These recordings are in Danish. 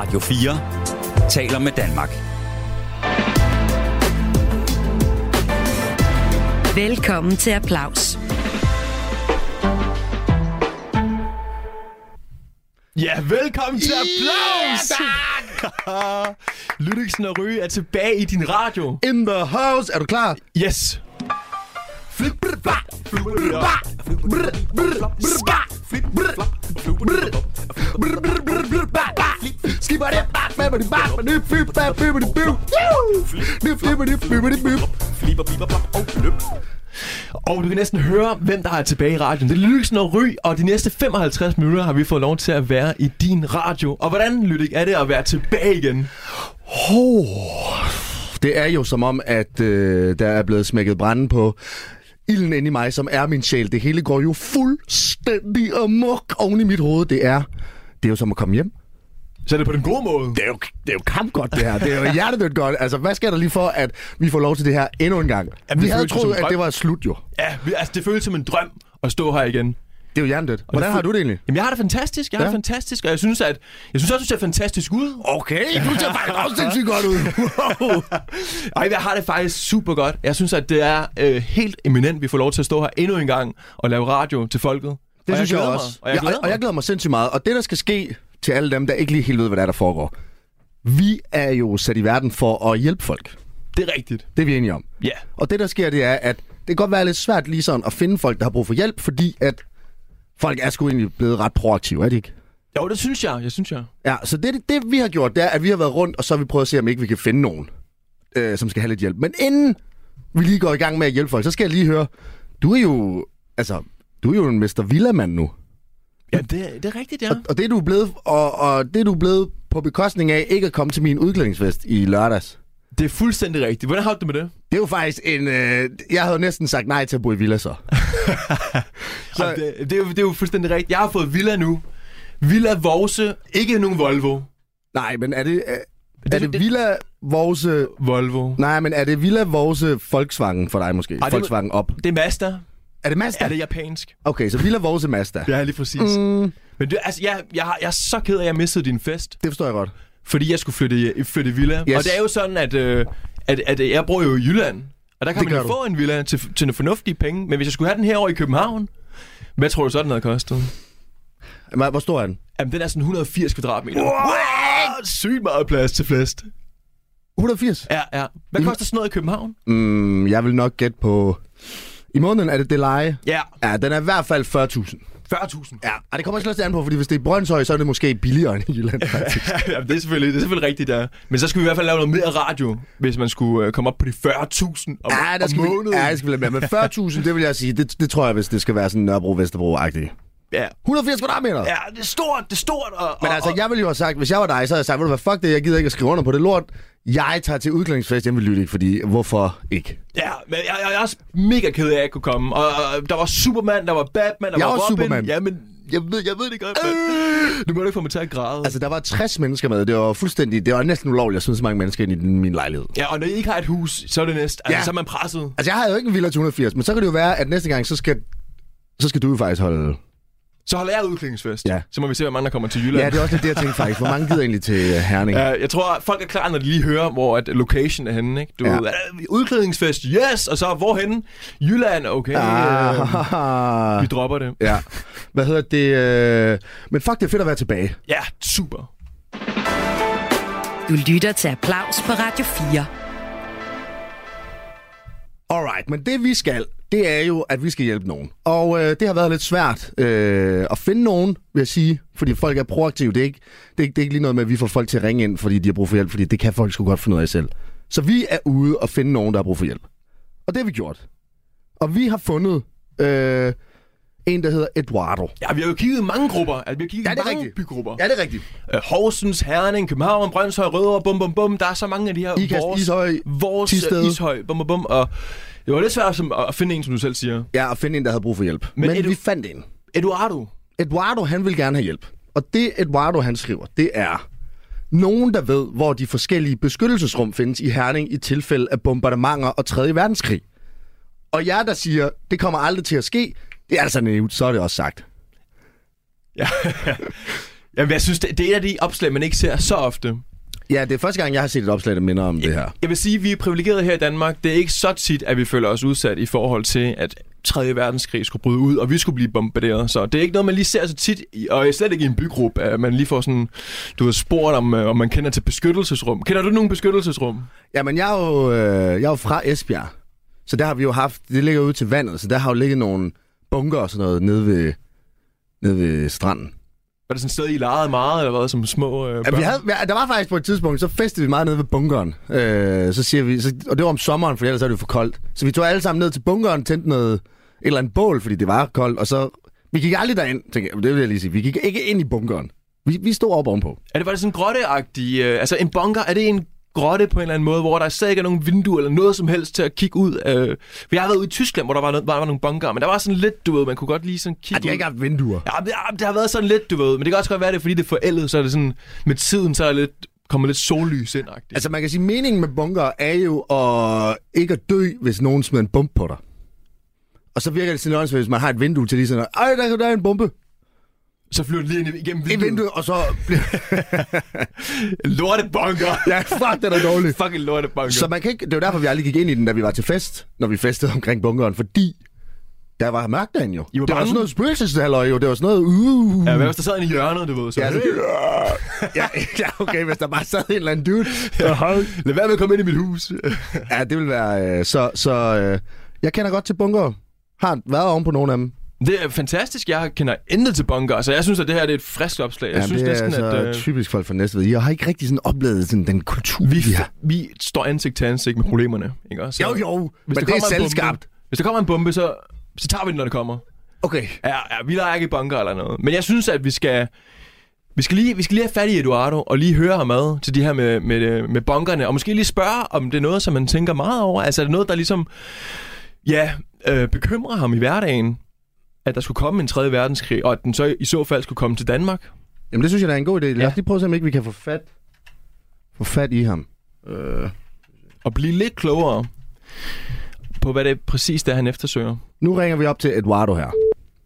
Radio 4 taler med Danmark. Velkommen til Applaus. Ja, velkommen til Applaus! Yeah, Lydiksen og Røge er tilbage i din radio. In the house. Er du klar? Yes. Og du kan næsten høre, hvem der er tilbage i radioen. Det er Lydiksen og Røge, og de næste 55 minutter har vi fået lov til at være i din radio. Og hvordan, Lydik, er det at være tilbage igen? Det er jo som om, at der er blevet smækket branden på ilden inde i mig, som er min sjæl. Det hele går jo fuldstændig amok oven i mit hoved. Det er jo som at komme hjem. Så er det på den gode måde? Det er jo kampgodt, det her. Det er jo hjertedødt godt. Altså, hvad sker der lige for, at vi får lov til det her endnu en gang? Jamen, vi havde troet, at det var slut, jo. Ja, det føles som en drøm at stå her igen. Det er jo hjernedødt. Hvordan har du det egentlig? Jamen, jeg har det fantastisk. Jeg har det fantastisk, og jeg synes også, du ser fantastisk ud. Okay, du ser faktisk også sindssygt godt ud. Ej, jeg har det faktisk super godt. Jeg synes, at det er helt eminent, vi får lov til at stå her endnu en gang og lave radio til folket. Det synes jeg også. Og jeg glæder mig sindssygt meget. Og det, der skal ske til alle dem, der ikke lige helt ved, hvad der foregår. Vi er jo sat i verden for at hjælpe folk. Det er rigtigt. Det er vi enige om. Ja. Og det, der sker, det er, at det kan godt være lidt svært lige sådan at finde folk, der har brug for hjælp, fordi at folk er sgu egentlig blevet ret proaktive, er det ikke? Jo, det synes jeg. Ja, så det vi har gjort, det er, at vi har været rundt, og så har vi prøvet at se, om ikke vi kan finde nogen, som skal have lidt hjælp. Men inden vi lige går i gang med at hjælpe folk, så skal jeg lige høre, du er jo en Mr. Villa-mand nu. Ja, det er rigtigt, ja. Og det er du blevet, og det er du blevet på bekostning af ikke at komme til min udklædningsfest i lørdags. Det er fuldstændig rigtigt. Hvordan har du det med det? Det er jo faktisk jeg havde jo næsten sagt nej til at bo i villa, så. Det er jo fuldstændig rigtigt. Jeg har fået villa nu. Villa Vorse, ikke nogen Volvo. Nej, men er det Villa Vorse Volvo? Nej, men er det Villa Vorse Volkswagen for dig måske? Volkswagen op. Det er Mazda. Er det Mazda? Er det japansk? Okay, så Villa Vorse Mazda. Ja, lige præcis. Men det, altså, jeg er så ked af, at jeg mistede din fest. Det forstår jeg godt. Fordi jeg skulle flytte i villa. Yes. Og det er jo sådan, at jeg bor jo i Jylland. Og der kan man jo få en villa til nogle fornuftige penge. Men hvis jeg skulle have den her over i København, hvad tror du så, den havde kostet? Hvor stor er den? Jamen, den er sådan 180 kvadratmeter. Wow! Sygt meget plads til flest. 180? Ja. Hvad koster sådan noget i København? Jeg vil nok gætte på... I måneden er det leje? Ja. Ja, den er i hvert fald 40.000. 40.000? Ja, og det kommer også lidt an på, fordi hvis det er i Brønshøj, så er det måske billigere end i Jylland, faktisk. Ja, det er selvfølgelig rigtigt, der. Men så skal vi i hvert fald lave noget mere radio, hvis man skulle komme op på de 40.000 om måneden. Ja, det skal vi lade med. Men 40.000, det vil jeg sige, det tror jeg, hvis det skal være sådan Nørrebro-Vesterbro-agtigt. Ja. 180 kvadratmeter? Ja, det er stort. Men altså, jeg ville jo have sagt, hvis jeg var dig, så havde jeg sagt, ved du hvad, fuck det, jeg gider ikke at skrive under på det lort. Jeg tager til udklædningsfest hjemme ved Lydik, fordi hvorfor ikke? Ja, men jeg er også mega ked af, at jeg ikke kunne komme. Og der var Superman, der var Batman, der var Robin. Superman. Ja, men jeg ved det godt, du må ikke få mig til at græde. Altså, der var 60 mennesker med. Det var næsten ulovligt at smide så mange mennesker ind i min lejlighed. Ja, og når I ikke har et hus, så er det næsten, så er man presset. Altså, jeg har jo ikke en villa til 180, men så kan det jo være, at næste gang, så skal du jo faktisk holde... Så holder jeg udklædningsfest. Ja. Så må vi se, hvor mange der kommer til Jylland. Ja, det er også lidt det, jeg tænker faktisk. Hvor mange gider egentlig til Herning? Ja, jeg tror, folk er klar, når de lige hører, hvor at location er henne. Ikke? Du, udklædningsfest, yes! Og så, hvorhenne? Jylland, okay. Vi dropper det. Ja. Hvad hedder det? Men fuck, det er fedt at være tilbage. Ja, super. Du lytter til Applaus på Radio 4. Alright, men det vi skal, det er jo, at vi skal hjælpe nogen. Og det har været lidt svært at finde nogen, vil jeg sige, fordi folk er proaktive. Det er ikke lige noget med, at vi får folk til at ringe ind, fordi de har brug for hjælp, fordi det kan folk sgu godt finde ud af selv. Så vi er ude og finde nogen, der har brug for hjælp. Og det har vi gjort. Og vi har fundet en, der hedder Eduardo. Ja, vi har jo kigget i mange grupper. Altså, vi har kigget i mange bygrupper. Ja, det er rigtigt. Horsens, Herning, København, Brønshøj, Rødovre, bum, bum, bum. Der er så mange af de her. Ikast, Ishøj, Ishøj, bum, bum, bum. Og det var lidt svært at finde en, som du selv siger. Ja, at finde en, der havde brug for hjælp. Men vi fandt en. Eduardo, han vil gerne have hjælp. Og det Eduardo, han skriver, det er nogen, der ved, hvor de forskellige beskyttelsesrum findes i Herning i tilfælde af bombardementer og 3. verdenskrig. Og jeg, der siger, det kommer aldrig til at ske, det er altså nævnt, så er det også sagt. Ja. Jamen, jeg synes, det er et af de opslag, man ikke ser så ofte. Ja, det er første gang, jeg har set et opslag, der minder om det her. Jeg vil sige, at vi er privilegerede her i Danmark. Det er ikke så tit, at vi føler os udsat i forhold til, at 3. verdenskrig skulle bryde ud, og vi skulle blive bombarderet. Så det er ikke noget, man lige ser så tit, og slet ikke i en bygruppe, at man lige får sådan, du har spurgt om man kender til beskyttelsesrum. Kender du nogle beskyttelsesrum? Jamen, jeg er jo fra Esbjerg, så der har vi jo haft, det ligger ude til vandet, så der har jo ligget nogle bunker og sådan noget nede ved stranden. Var det sådan et sted, I legede meget, eller hvad, som små børn? Der var faktisk på et tidspunkt, så festede vi meget nede ved bunkeren. Så siger vi, og det var om sommeren, for ellers er det jo for koldt. Så vi tog alle sammen ned til bunkeren, tændte et eller andet bål, fordi det var koldt, og så... Vi gik aldrig derind, tænker jeg, det vil jeg lige sige. Vi gik ikke ind i bunkeren. Vi stod op ovenpå. Var det sådan grotteagtig... altså en bunker, er det en grotte på en eller anden måde, hvor der slet ikke er nogen vinduer eller noget som helst til at kigge ud? Vi har været ude i Tyskland, hvor der var nogle bunker, men der var sådan lidt, du ved, man kunne godt lige sådan kigge ud. De har ikke haft vinduer. Ja, det har været sådan lidt, du ved, men det kan også godt være det, fordi det er forældet, så er det sådan, med tiden, så er det kommer lidt sollys ind-agtigt. Altså man kan sige, meningen med bunker er jo ikke at dø, hvis nogen smider en bombe på dig. Og så virker det sådan noget, hvis man har et vindue til lige sådan, der er en bombe. Så flyver det lige ind igennem vinduet, og så bliver... Lortebunker! Ja, fuck, den er dårlig. Fucking lortebunker. Så man kan ikke... Det var derfor, vi aldrig gik ind i den, da vi var til fest, når vi festede omkring bunkeren, fordi der var mørkt derinde jo. Det var sådan noget spøgelseshalløj jo, det var sådan noget... Ja, hvis der sad i hjørnet, du ved, så... Ja, okay, hvis der bare sad en eller anden dude. Lad være med at komme ind i mit hus. Ja, det vil være... Så jeg kender godt til bunker. Har været oven på nogle af dem. Det er fantastisk. Jeg kender intet til bunker, så jeg synes, at det her det er et frisk opslag. Jeg synes det er næsten, altså typisk folk fra Næstved. Jeg har ikke rigtig sådan oplevet sådan, den kultur, vi står ansigt til ansigt med problemerne, ikke også? Jo, men det er selvskabt. Hvis der kommer en bombe, så tager vi den, når det kommer. Okay. Ja, vi leger ikke i bunker eller noget. Men jeg synes, at vi skal lige have fat i Eduardo og lige høre ham ad til de her med bunkerne, og måske lige spørge, om det er noget, som man tænker meget over. Altså er det noget, der ligesom bekymrer ham i hverdagen, at der skulle komme en 3. verdenskrig, og at den så i så fald skulle komme til Danmark? Jamen det synes jeg, der er en god idé. Lad os lige prøve at se, om ikke vi kan få fat i ham. Og blive lidt klogere på, hvad det er præcis, der han eftersøger. Nu ringer vi op til Eduardo her.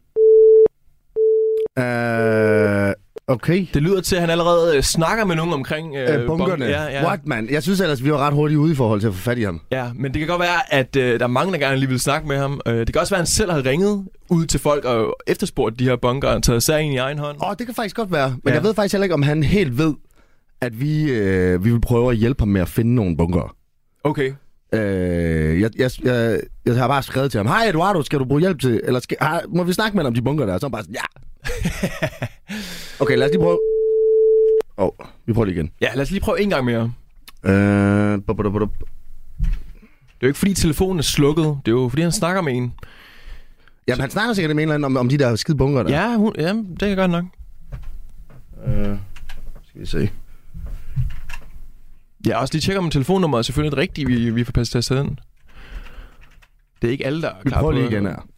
Okay. Det lyder til, at han allerede snakker med nogen omkring bunkerne. Ja. What, man? Jeg synes ellers, vi var ret hurtigt ude i forhold til at få fat i ham. Ja, men det kan godt være, at der er mange, der gerne lige vil snakke med ham. Det kan også være, at han selv har ringet ud til folk og efterspurgt de her bunker og taget sagen i egen hånd. Det kan faktisk godt være. Men jeg ved faktisk heller ikke, om han helt ved, at vi vil prøve at hjælpe ham med at finde nogle bunker. Okay. Jeg har bare skrevet til ham, hej Eduardo, skal du bruge hjælp til, eller må vi snakke med ham om de bunker der? Så er han bare sådan, ja. Okay, lad os lige prøve. Vi prøver lige igen. Ja, lad os lige prøve en gang mere. Det er jo ikke fordi telefonen er slukket, det er jo fordi han snakker med en. Jamen han snakker sikkert med en eller anden om de der skide bunker der. Ja, det kan godt nok. Skal vi se. Ja, også lige tjekke om telefonnummeret er selvfølgelig det rigtige, vi får passet til at sætte ind. Det er ikke alle, der er klar på det. Vi prøver lige igen her.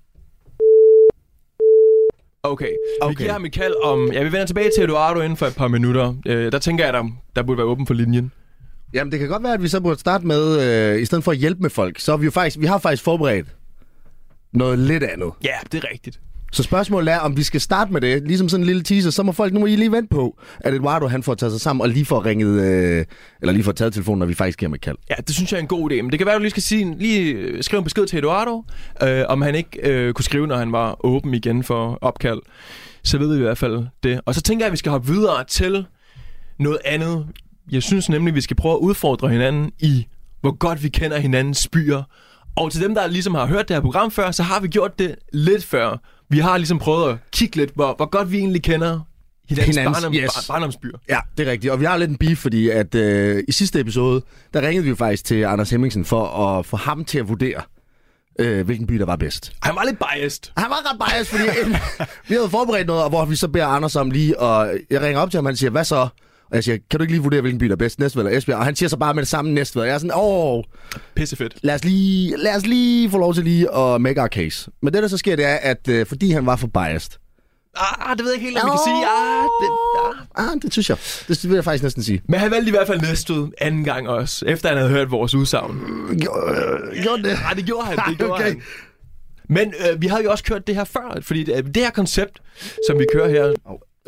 Okay. Vi giver ham et kald om... Ja, vi vender tilbage til Eduardo inden for et par minutter. Der tænker jeg, der burde være åben for linjen. Jamen, det kan godt være, at vi så burde starte med... I stedet for at hjælpe med folk, så er vi har faktisk forberedt noget lidt andet. Ja, det er rigtigt. Så spørgsmålet er, om vi skal starte med det, ligesom sådan en lille teaser, så må folk nu lige vente på, at Eduardo han får taget sig sammen og lige får ringet, eller lige får taget telefonen, når vi faktisk giver ham et kald. Ja, det synes jeg er en god idé. Men det kan være, at du lige skal skrive en besked til Eduardo, om han ikke kunne skrive, når han var åben igen for opkald. Så ved vi i hvert fald det. Og så tænker jeg, at vi skal hoppe videre til noget andet. Jeg synes nemlig, at vi skal prøve at udfordre hinanden i, hvor godt vi kender hinandens byer. Og til dem, der ligesom har hørt det her program før, så har vi gjort det lidt før. Vi har ligesom prøvet at kigge lidt, hvor godt vi egentlig kender hinandens barndomsbyer. Ja, det er rigtigt. Og vi har lidt en beef, fordi at i sidste episode, der ringede vi jo faktisk til Anders Hemmingsen for at få ham til at vurdere, hvilken by, der var bedst. Han var lidt biased. Han var ret biased, fordi vi havde forberedt noget, hvor vi så beder Anders om lige, og jeg ringer op til ham, og han siger, hvad så? Og jeg siger, kan du ikke lige vurdere, hvilken by, der er bedst, Næstved eller Esbjerg? Og han siger så bare med det samme Næstved. Jeg er sådan, pissefedt. Lad os lige få lov til lige at make our case. Men det, der så sker, det er, at fordi han var for biased. Det ved jeg ikke helt, om vi kan sige. Det synes jeg. Det vil jeg faktisk næsten sige. Men han valgte i hvert fald Næstved anden gang også, efter han havde hørt vores udsagn. Gjorde det? Det gjorde han. Men vi havde jo også kørt det her før, fordi det her koncept, som vi kører her...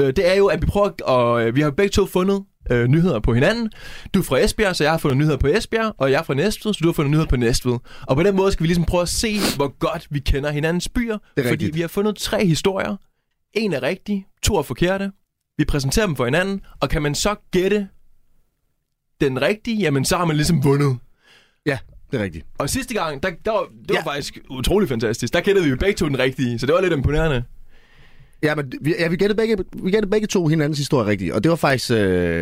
det er jo, at vi prøver at... vi har begge to fundet nyheder på hinanden. Du er fra Esbjerg, så jeg har fundet nyheder på Esbjerg, og jeg er fra Næstved, så du har fundet nyheder på Næstved. Og på den måde skal vi ligesom prøve at se, hvor godt vi kender hinandens byer. Fordi vi har fundet 3 historier. En er rigtig, 2 er forkerte. Vi præsenterer dem for hinanden, og kan man så gætte den rigtige, jamen så har man ligesom vundet. Ja, det er rigtigt. Og sidste gang, det var faktisk utrolig fantastisk. Der gættede vi jo begge to den rigtige, så det var lidt imponerende. Ja, men vi gættede begge to hinandens historie rigtigt, og det var faktisk...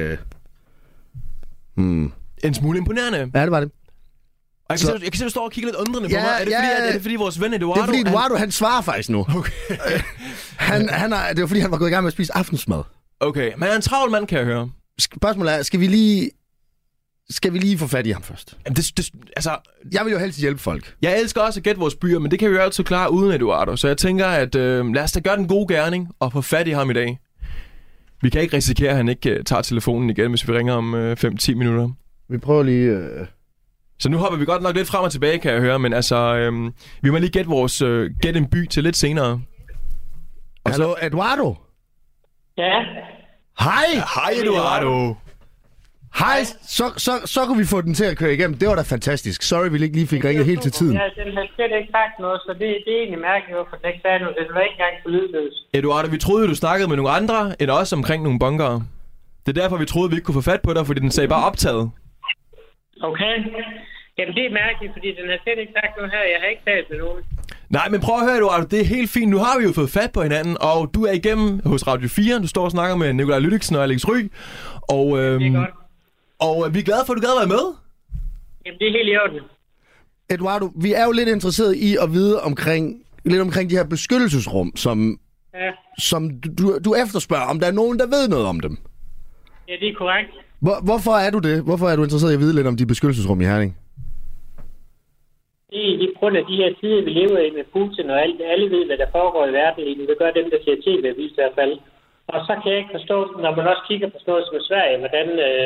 En smule imponerende. Ja, det var det. Og jeg kan se, du står og kigger lidt undrende på mig. Er det fordi vores ven Eduardo... Det er fordi Eduardo, han svarer faktisk nu. Okay. Det var fordi, han var gået i gang med at spise aftensmad. Okay, men han er en travl mand, kan jeg høre. Spørgsmålet er, skal vi lige få fat i ham først? Jamen, altså... Jeg vil jo helst hjælpe folk. Jeg elsker også at gætte vores byer, men det kan vi jo altid klare uden Eduardo. Så jeg tænker, at lad os da gøre den gode gerning og få fat i ham i dag. Vi kan ikke risikere, at han ikke tager telefonen igen, hvis vi ringer om 5-10 minutter. Vi prøver lige... Så nu hopper vi godt nok lidt frem og tilbage, kan jeg høre, men altså... vi må lige gætte en by til lidt senere. Og hallo, Eduardo? Ja? Hej, Eduardo! Hej, så kunne vi få den til at køre igennem. Det var da fantastisk. Sorry, vi ikke lige fik ringet helt til tiden. Ja, den har slet ikke sagt noget, så det er egentlig mærkeligt, hvorfor den ikke sagde noget. Det var ikke engang på lydløs. Eduardo, vi troede, du snakkede med nogle andre end os omkring nogle bunkere. Det er derfor, vi troede, vi ikke kunne få fat på dig, fordi den sagde bare optaget. Okay. Jamen, det er mærkeligt, fordi den har slet ikke sagt noget her. Jeg har ikke talt med nogen. Nej, men prøv at høre, Eduardo. Det er helt fint. Nu har vi jo fået fat på hinanden, og du er igennem hos Radio 4. Du står og snakker med Nikolaj Lydiksen og Alex Ry. Og, det er godt. Og vi er glade for, at du gad at være med. Jamen, det er helt i orden. Eduardo, vi er jo lidt interesseret i at vide omkring de her beskyttelsesrum, som du efterspørger, om der er nogen, der ved noget om dem. Ja, det er korrekt. Hvorfor er du det? Hvorfor er du interesseret i at vide lidt om de beskyttelsesrum i Herning? Det er på grund af de her tider, vi lever i med Putin, og alle ved, hvad der foregår i verden lige nu. Det gør dem, der ser TV-avis i hvert fald. Og så kan jeg ikke forstå, når man også kigger på sådan noget som i Sverige, hvordan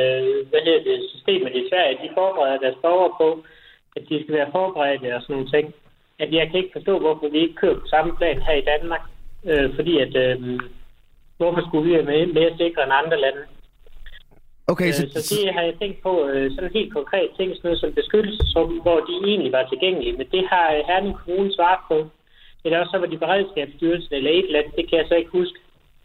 systemet i Sverige, de forbereder deres borgere på, at de skal være forberedte og sådan nogle ting. At jeg kan ikke forstå, hvorfor vi ikke kører på samme plan her i Danmark. Fordi at, hvorfor skulle vi være mere sikre end andre lande? Okay, så det har jeg tænkt på, sådan en helt konkret ting, sådan noget som beskyttelsesrum, hvor de egentlig var tilgængelige. Men det har Herning Kommune svaret på. Eller også så var de Beredskabsstyrelsen eller et eller andet, det kan jeg så ikke huske.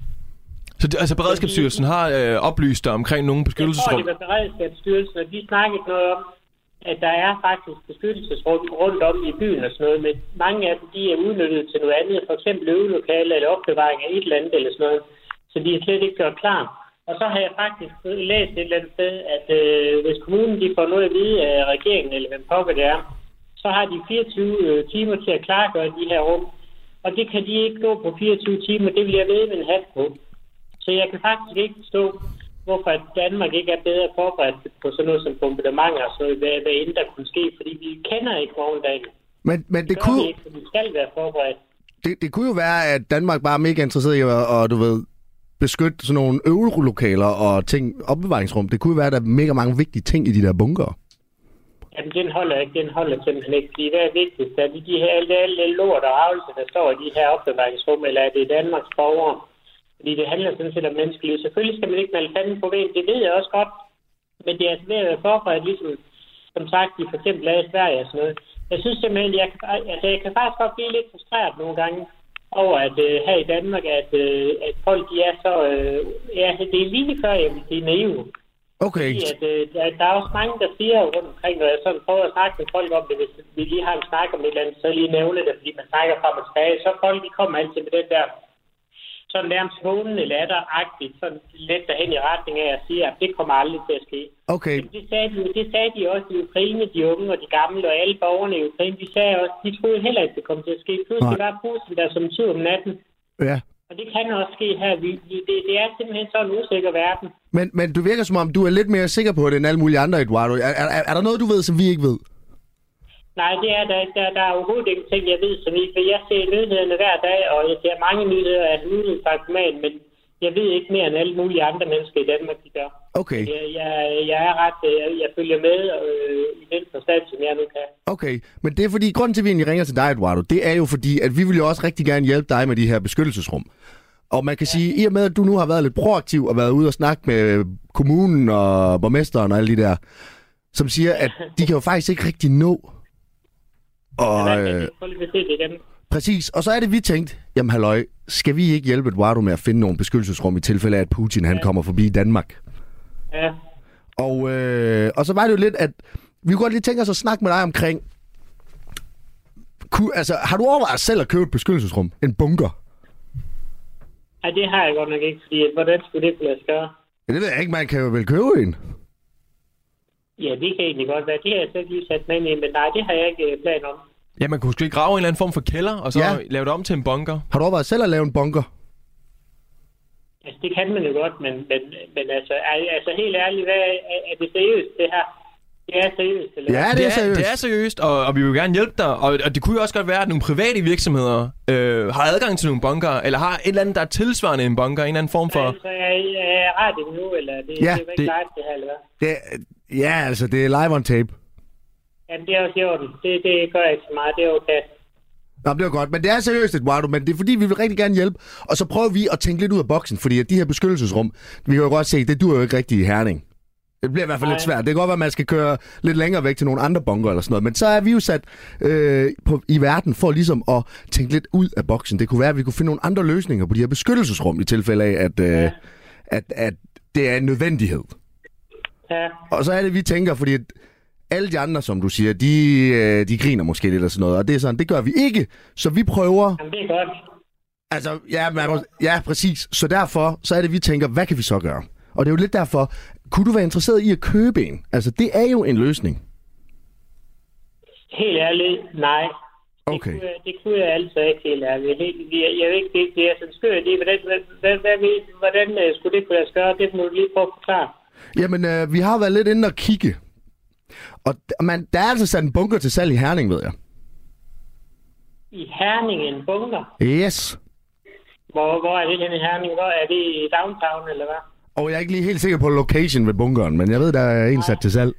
Så altså Beredskabsstyrelsen har oplyst dig omkring nogle beskyttelsesrum? Jeg tror, det var Beredskabsstyrelsen, og de snakkede noget om, at der er faktisk beskyttelsesrum rundt om i byen og sådan noget, men mange af dem, de er udnyttet til noget andet, for eksempel øvelokale eller opbevaring af et eller andet eller sådan noget, så de er slet ikke gjort klar. Og så har jeg faktisk læst et eller andet sted, at hvis kommunen de får noget at vide af regeringen, eller hvem pokker det er, så har de 24 timer til at klargøre de her rum, og det kan de ikke gå på 24 timer, det vil jeg ved med en hat på. Så jeg kan faktisk ikke forstå, hvorfor Danmark ikke er bedre forberedt på sådan noget som bombardementer og sådan noget, hvad end der kunne ske, fordi vi kender ikke morgendagen. Men det kunne ikke, vi skal være forberedt. Det kunne jo være, at Danmark bare er mega interesseret i at, du ved, beskytte sådan nogle øvelokaler og ting, opbevaringsrum. Det kunne jo være, at der er mega mange vigtige ting i de der bunker. Jamen, den holder simpelthen ikke. Fordi hvad er vigtigst? Er det de her alle lort og avlelse, der står i de her opbevaringsrum, eller er det Danmarks borgere? Fordi det handler sådan set om menneskeliv. Selvfølgelig skal man ikke malde fanden på vægen, det ved jeg også godt. Men det er altså ved at være forberedt, ligesom som sagt, de for eksempel er i Sverige og sådan noget. Jeg synes simpelthen, jeg kan faktisk godt blive lidt frustreret nogle gange over, at her i Danmark, at folk de er så... det er lige før, jeg vil sige naive. Okay. Fordi at, der er også mange, der siger rundt omkring, når jeg sådan prøver at snakke med folk om det, hvis vi lige har en snak om et eller andet, så lige nævne det, fordi man snakker frem og tilbage. Så folk, de kommer altid med den der sådan nærmest hånende latteragtigt, sådan let derhen i retning af at sige, at det kommer aldrig til at ske. Okay. Det sagde de også i Ukraine, de unge og de gamle og alle borgerne i Ukraine. De sagde også, de troede heller ikke, det kom til at ske. Pludselig var Putin der som 7 om natten. Ja. Og det kan også ske her. Det er simpelthen sådan en usikker verden. Men du virker som om, du er lidt mere sikker på det end alle mulige andre, Eduardo. Er der noget, du ved, som vi ikke ved? Nej, det er der ikke. Der er overhovedet ikke ting, jeg ved, som ikke. For jeg ser nyhederne hver dag, og jeg ser mange nyheder af nyhedsfaktumat, men jeg ved ikke mere end alle mulige andre mennesker i Danmark, de gør. Okay. Jeg er ret... Jeg følger med i den forstand, som jeg nu kan. Okay, men det er fordi, grunden til, at vi egentlig ringer til dig, Eduardo, det er jo fordi, at vi vil jo også rigtig gerne hjælpe dig med de her beskyttelsesrum. Og man kan sige, i og med, at du nu har været lidt proaktiv og været ude og snakke med kommunen og borgmesteren og alle de der, som siger, at de kan jo faktisk ikke rigtig nå. Og, præcis. Og så er det, vi tænkte, jamen halløj, skal vi ikke hjælpe Eduardo med at finde nogle beskyttelsesrum i tilfælde af, at Putin han kommer forbi Danmark? Ja. Og så var det jo lidt, at vi kunne godt lige tænke os at snakke med dig omkring, har du overvejet selv at købe et beskyttelsesrum? En bunker? Nej, det har jeg godt nok ikke, fordi hvordan skulle det kunne lade sig gøre? Ja, det ved jeg ikke, man kan jo vel købe en. Ja, det kan egentlig godt være. Det har jeg selv lige sat med ind i, men nej, det har jeg ikke plan om. Ja, man kunne måske grave en eller anden form for kælder, og så lave det om til en bunker. Har du overvejet selv at lave en bunker? Altså, det kan man jo godt, men altså helt ærligt, er det seriøst, det her? Det er seriøst, eller? Ja, det er seriøst. Det er seriøst, og vi vil gerne hjælpe dig. Og det kunne jo også godt være, at nogle private virksomheder har adgang til nogle bunker, eller har et eller andet, der er tilsvarende en bunker, en eller anden form for... Altså, er radio nu, eller det er ikke live, det her, eller hvad? Ja, altså, det er live on tape. Jamen, det er også i orden. Det gør jeg ikke så meget. Det er okay. Nå, det er godt. Men det er seriøst, Eduardo, men det er fordi, vi vil rigtig gerne hjælpe. Og så prøver vi at tænke lidt ud af boksen, fordi at de her beskyttelsesrum, vi kan jo godt se, det duer jo ikke rigtig i Herning. Det bliver i hvert fald lidt svært. Det kan godt være, at man skal køre lidt længere væk til nogle andre bunker eller sådan noget. Men så er vi jo sat i verden for ligesom at tænke lidt ud af boksen. Det kunne være, at vi kunne finde nogle andre løsninger på de her beskyttelsesrum i tilfælde af, at det er en nødvendighed. Ja. Og så er det, vi tænker, fordi alle de andre, som du siger, de griner måske lidt og sådan noget. Og det er sådan, det gør vi ikke. Så vi prøver... Jamen, det er godt. Altså, ja, præcis. Så derfor, så er det, vi tænker, hvad kan vi så gøre? Og det er jo lidt derfor, kunne du være interesseret i at købe en? Altså, det er jo en løsning. Helt ærligt, nej. Okay. Det kunne jeg altså ikke helt ærligt. Jeg ved ikke, det er sådan skørt idé. Hvordan skulle det kunne lade sig gøre? Det må du lige prøve at forklare. Jamen, vi har været lidt inde og kigge. Og der er altså sat en bunker til salg i Herning, ved jeg. I Herning en bunker? Yes. Hvor er det henne i Herning? Hvor er det i downtown, eller hvad? Og jeg er ikke lige helt sikker på location ved bunkeren, men jeg ved, der er en sat til salg.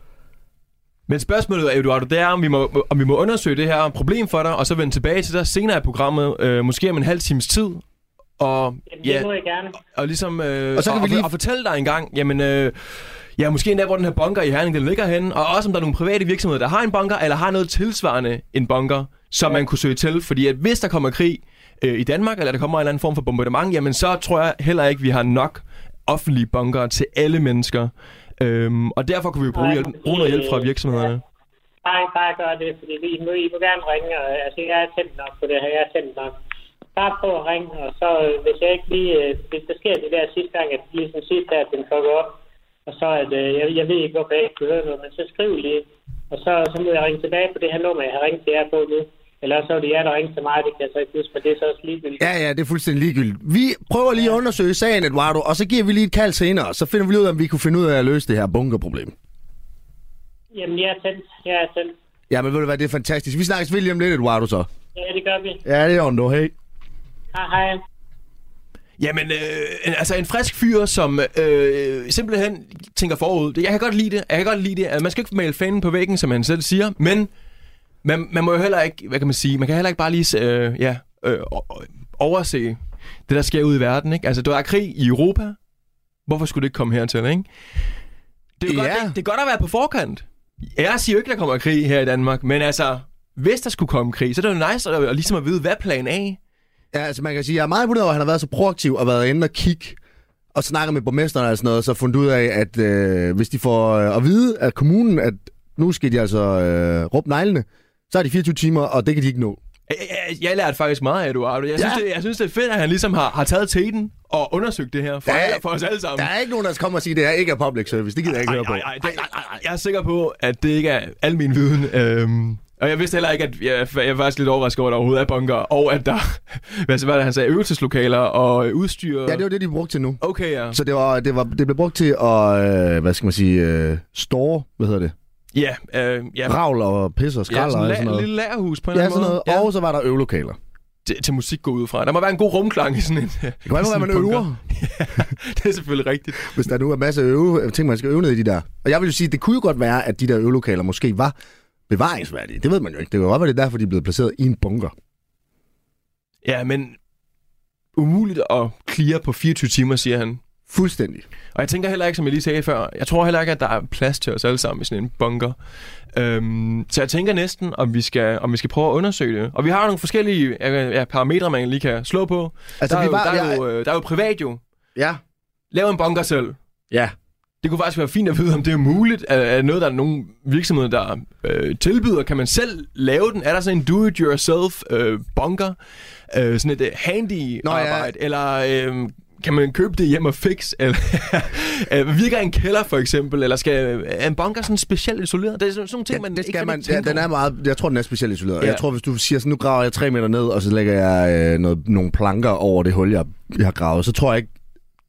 Men spørgsmålet er, Eduardo, det er, om vi må undersøge det her problem for dig, og så vende tilbage til dig senere i programmet, måske om en halv times tid. Og, jamen, det må jeg gerne. Og ligesom og så kan vi lige og fortælle dig en gang, jamen... måske endda, hvor den her bunker i Herning, den ligger henne, og også om der er nogle private virksomheder, der har en bunker, eller har noget tilsvarende en bunker, som man kunne søge til. Fordi at hvis der kommer krig i Danmark, eller der kommer en eller anden form for bombardement, jamen så tror jeg heller ikke, vi har nok offentlige bunker til alle mennesker. Og derfor kunne vi bruge noget hjælp fra virksomhederne. Bare gør det, fordi I må gerne ringe. Altså, jeg er tændt nok på det her. Jeg er tændt nok. Bare prøv at ringe, og så hvis der sker det der sidste gang, at ligesom sidste der, at den fucker op, og så at jeg ved ikke, hvorfor jeg ikke kunne høre noget, men så skriv lige. Og så må jeg ringe tilbage på det her nummer, jeg har ringet til jer på nu. Eller så er det jer, der ringer til mig, det kan jeg så ikke huske, men det er så også ligegyldigt. Ja, det er fuldstændig ligegyldigt. Vi prøver lige at undersøge sagen, Eduardo, og så giver vi lige et kald senere, så finder vi ud af, om vi kunne finde ud af at løse det her bunkerproblem. Jamen, jeg er tændt. Ja, men ved du hvad, det er fantastisk. Vi snakkes vel lige om lidt, Eduardo, så. Ja, det gør vi. Ja, det er ordentligt. Hej. Hej. Jamen, altså en frisk fyr, som simpelthen tænker forud. Jeg kan godt lide det. Man skal ikke male fanen på væggen, som han selv siger, men man må jo heller ikke, hvad kan man sige, man kan heller ikke bare lige overse det, der sker ude i verden, ikke? Altså, der er krig i Europa. Hvorfor skulle det ikke komme hertil, ikke? Det er jo godt, det er godt at være på forkant. Jeg siger jo ikke, der kommer krig her i Danmark, men altså, hvis der skulle komme krig, så er det jo nice at ligesom at vide, hvad plan A. Ja, altså man kan sige, jeg er meget imponeret over, at han har været så proaktiv og været inde og kigge og snakke med borgmesteren og sådan noget, så fundet ud af, at hvis de får at vide af kommunen, at nu skal de altså råbe neglene, så er de 24 timer, og det kan de ikke nå. Jeg lærte faktisk meget af Eduardo. Jeg synes, det er fedt, at han ligesom har taget teten og undersøgt det her for os alle sammen. Der er ikke nogen, der kommer og siger, at det her ikke er public service. Det gider jeg ikke høre på. Jeg er sikker på, at det ikke er al min viden. Og jeg vidste heller ikke, at jeg er faktisk lidt overrasket over, at der overhovedet er bunker, og at der, hvad var det, han sagde, øvelseslokaler og udstyr. Ja, det var det, de brugte til nu. Okay, ja. Så det blev brugt til at, hvad skal man sige, store, hvad hedder det? Ja. Ravl og pis og skrald og sådan noget. Lille lagerhus på en eller anden måde. Ja. Og så var der øvelokaler. Til musik gå ud fra. Der må være en god rumklang i sådan en. Det kan være, at man øver. Ja, det er selvfølgelig rigtigt. Hvis der nu er masser af ting, man skal øve ned i de der. Og jeg vil jo sige, det kunne jo godt være, at de der øvelokaler måske var bevaringsværdige. Det ved man jo ikke. Det var jo godt, at det er derfor, de er blevet placeret i en bunker. Ja, men umuligt at clear på 24 timer, siger han. Fuldstændig. Og jeg tænker heller ikke, som jeg lige sagde før, jeg tror heller ikke, at der er plads til os alle sammen i sådan en bunker. Så jeg tænker næsten, om vi skal prøve at undersøge det. Og vi har nogle forskellige parametre, man lige kan slå på. Altså, der er jo privat jo. Ja. Lav en bunker selv. Ja. Det kunne faktisk være fint at vide, om det er muligt. Er noget, der er nogle virksomheder, der tilbyder? Kan man selv lave den? Er der sådan en do-it-yourself bunker? Sådan et handy arbejde? Eller kan man købe det hjem og fix? Eller virker en kælder for eksempel? Eller er en bunker sådan specielt isoleret? Det er sådan nogle ting, man ikke kan tænke den er meget. Jeg tror, den er specielt isoleret. Ja. Jeg tror, hvis du siger sådan, nu graver jeg 3 meter ned, og så lægger jeg nogle planker over det hul, jeg har gravet, så tror jeg ikke.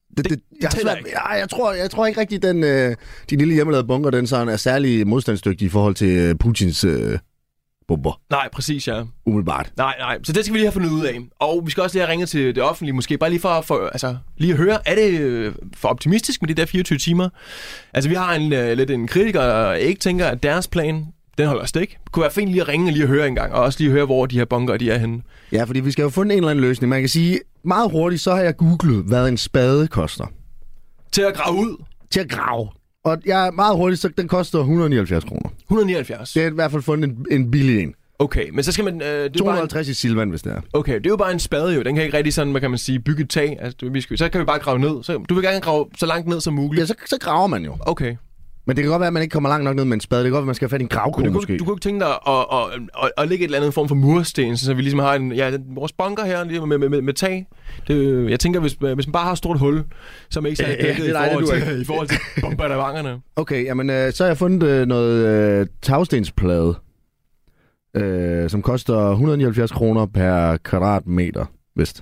Jeg tror ikke rigtig, din lille hjemmelavede bunker, den sådan er særlig modstandsdygtig i forhold til Putins bomber. Nej, præcis, ja. Umiddelbart. Nej. Så det skal vi lige have fundet ud af. Og vi skal også lige have ringet til det offentlige, måske bare lige for lige at høre, er det for optimistisk med de der 24 timer? Altså, vi har en kritiker, der ikke tænker, at deres plan, den holder stik. Det kunne være fint lige at ringe og lige at høre en gang, og også lige at høre, hvor de her bunker de er henne. Ja, fordi vi skal jo finde en eller anden løsning. Man kan sige, meget hurtigt, så har jeg googlet, hvad en spade koster. Til at grave ud? Til at grave. Og meget hurtigt, så den koster 179 kroner. 179? Det er i hvert fald fundet en billig en. Okay, men så skal man... 250 i Silvan, hvis det er. Okay, det er jo bare en spade jo. Den kan ikke rigtig sådan, hvad kan man sige, bygge et tag. Altså, så kan vi bare grave ned. Så, du vil gerne grave så langt ned som muligt. Ja, så graver man jo. Okay. Men det kan godt være, at man ikke kommer langt nok ned med en spade. Det kan godt være, at man skal have fat i en gravkone måske. Du kunne ikke tænke dig at lægge et eller andet form for mursten, så vi ligesom har vores bunker her lige med tag. Jeg tænker, hvis man bare har et stort hul, så er man ikke særlig dækket i forhold til bombardemangerne. Okay, jamen så har jeg fundet noget tagstensplade, som koster 179 kroner per kvadratmeter, vist.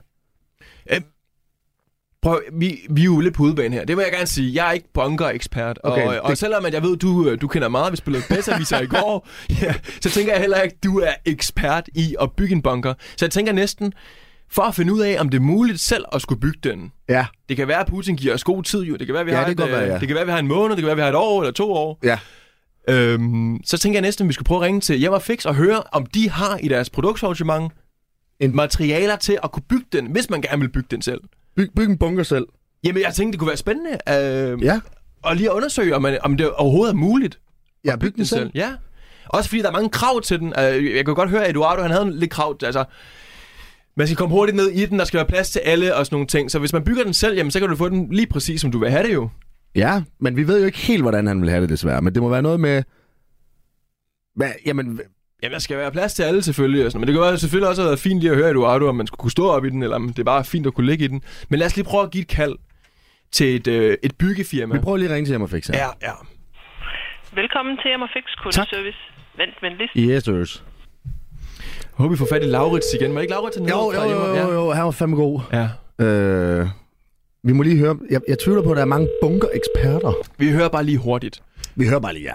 Prøv, vi er jo lidt på udebane her. Det vil jeg gerne sige. Jeg er ikke bunker-ekspert. Okay, og selvom at jeg ved, du kender meget, vi spillede Besserwisser i går, så tænker jeg heller ikke, at du er ekspert i at bygge en bunker. Så jeg tænker næsten, for at finde ud af, om det er muligt selv at skulle bygge den. Ja. Det kan være, at Putin giver os god tid, jo. Det kan være, at det kan være, at vi har en måned, det kan være, at vi har et år eller 2 år. Ja. Så tænker jeg næsten, at vi skal prøve at ringe til Hjem & Fix og høre, om de har i deres produktsortiment materialer til at kunne bygge den, hvis man gerne vil bygge den selv. Bygge en bunker selv. Jamen, jeg tænkte, det kunne være spændende og lige at undersøge, om det overhovedet er muligt at bygge den selv. Ja. Også fordi der er mange krav til den. Jeg kan godt høre, at Eduardo han havde lidt krav. Altså, man skal komme hurtigt ned i den, der skal være plads til alle og sådan nogle ting. Så hvis man bygger den selv, jamen, så kan du få den lige præcis, som du vil have det jo. Ja, men vi ved jo ikke helt, hvordan han vil have det desværre. Men det må være noget med... Jamen, der skal være plads til alle selvfølgelig. Og sådan. Men det kan være selvfølgelig også have været fint lige at høre Eduardo, om man skulle kunne stå op i den, eller om det er bare fint at kunne ligge i den. Men lad os lige prøve at give et kald til et byggefirma. Vi prøver lige at ringe til Hjem & Fix her. Ja. Velkommen til Hjem & Fix kundeservice. Vent venligst. Yes, sirs. Jeg håber, vi får fat i Laurits igen. Var ikke Laurits nede? Jo, han var fandme god. Ja. Vi må lige høre... Jeg tvivler på, at der er mange bunker-eksperter. Vi hører bare lige hurtigt. Ja.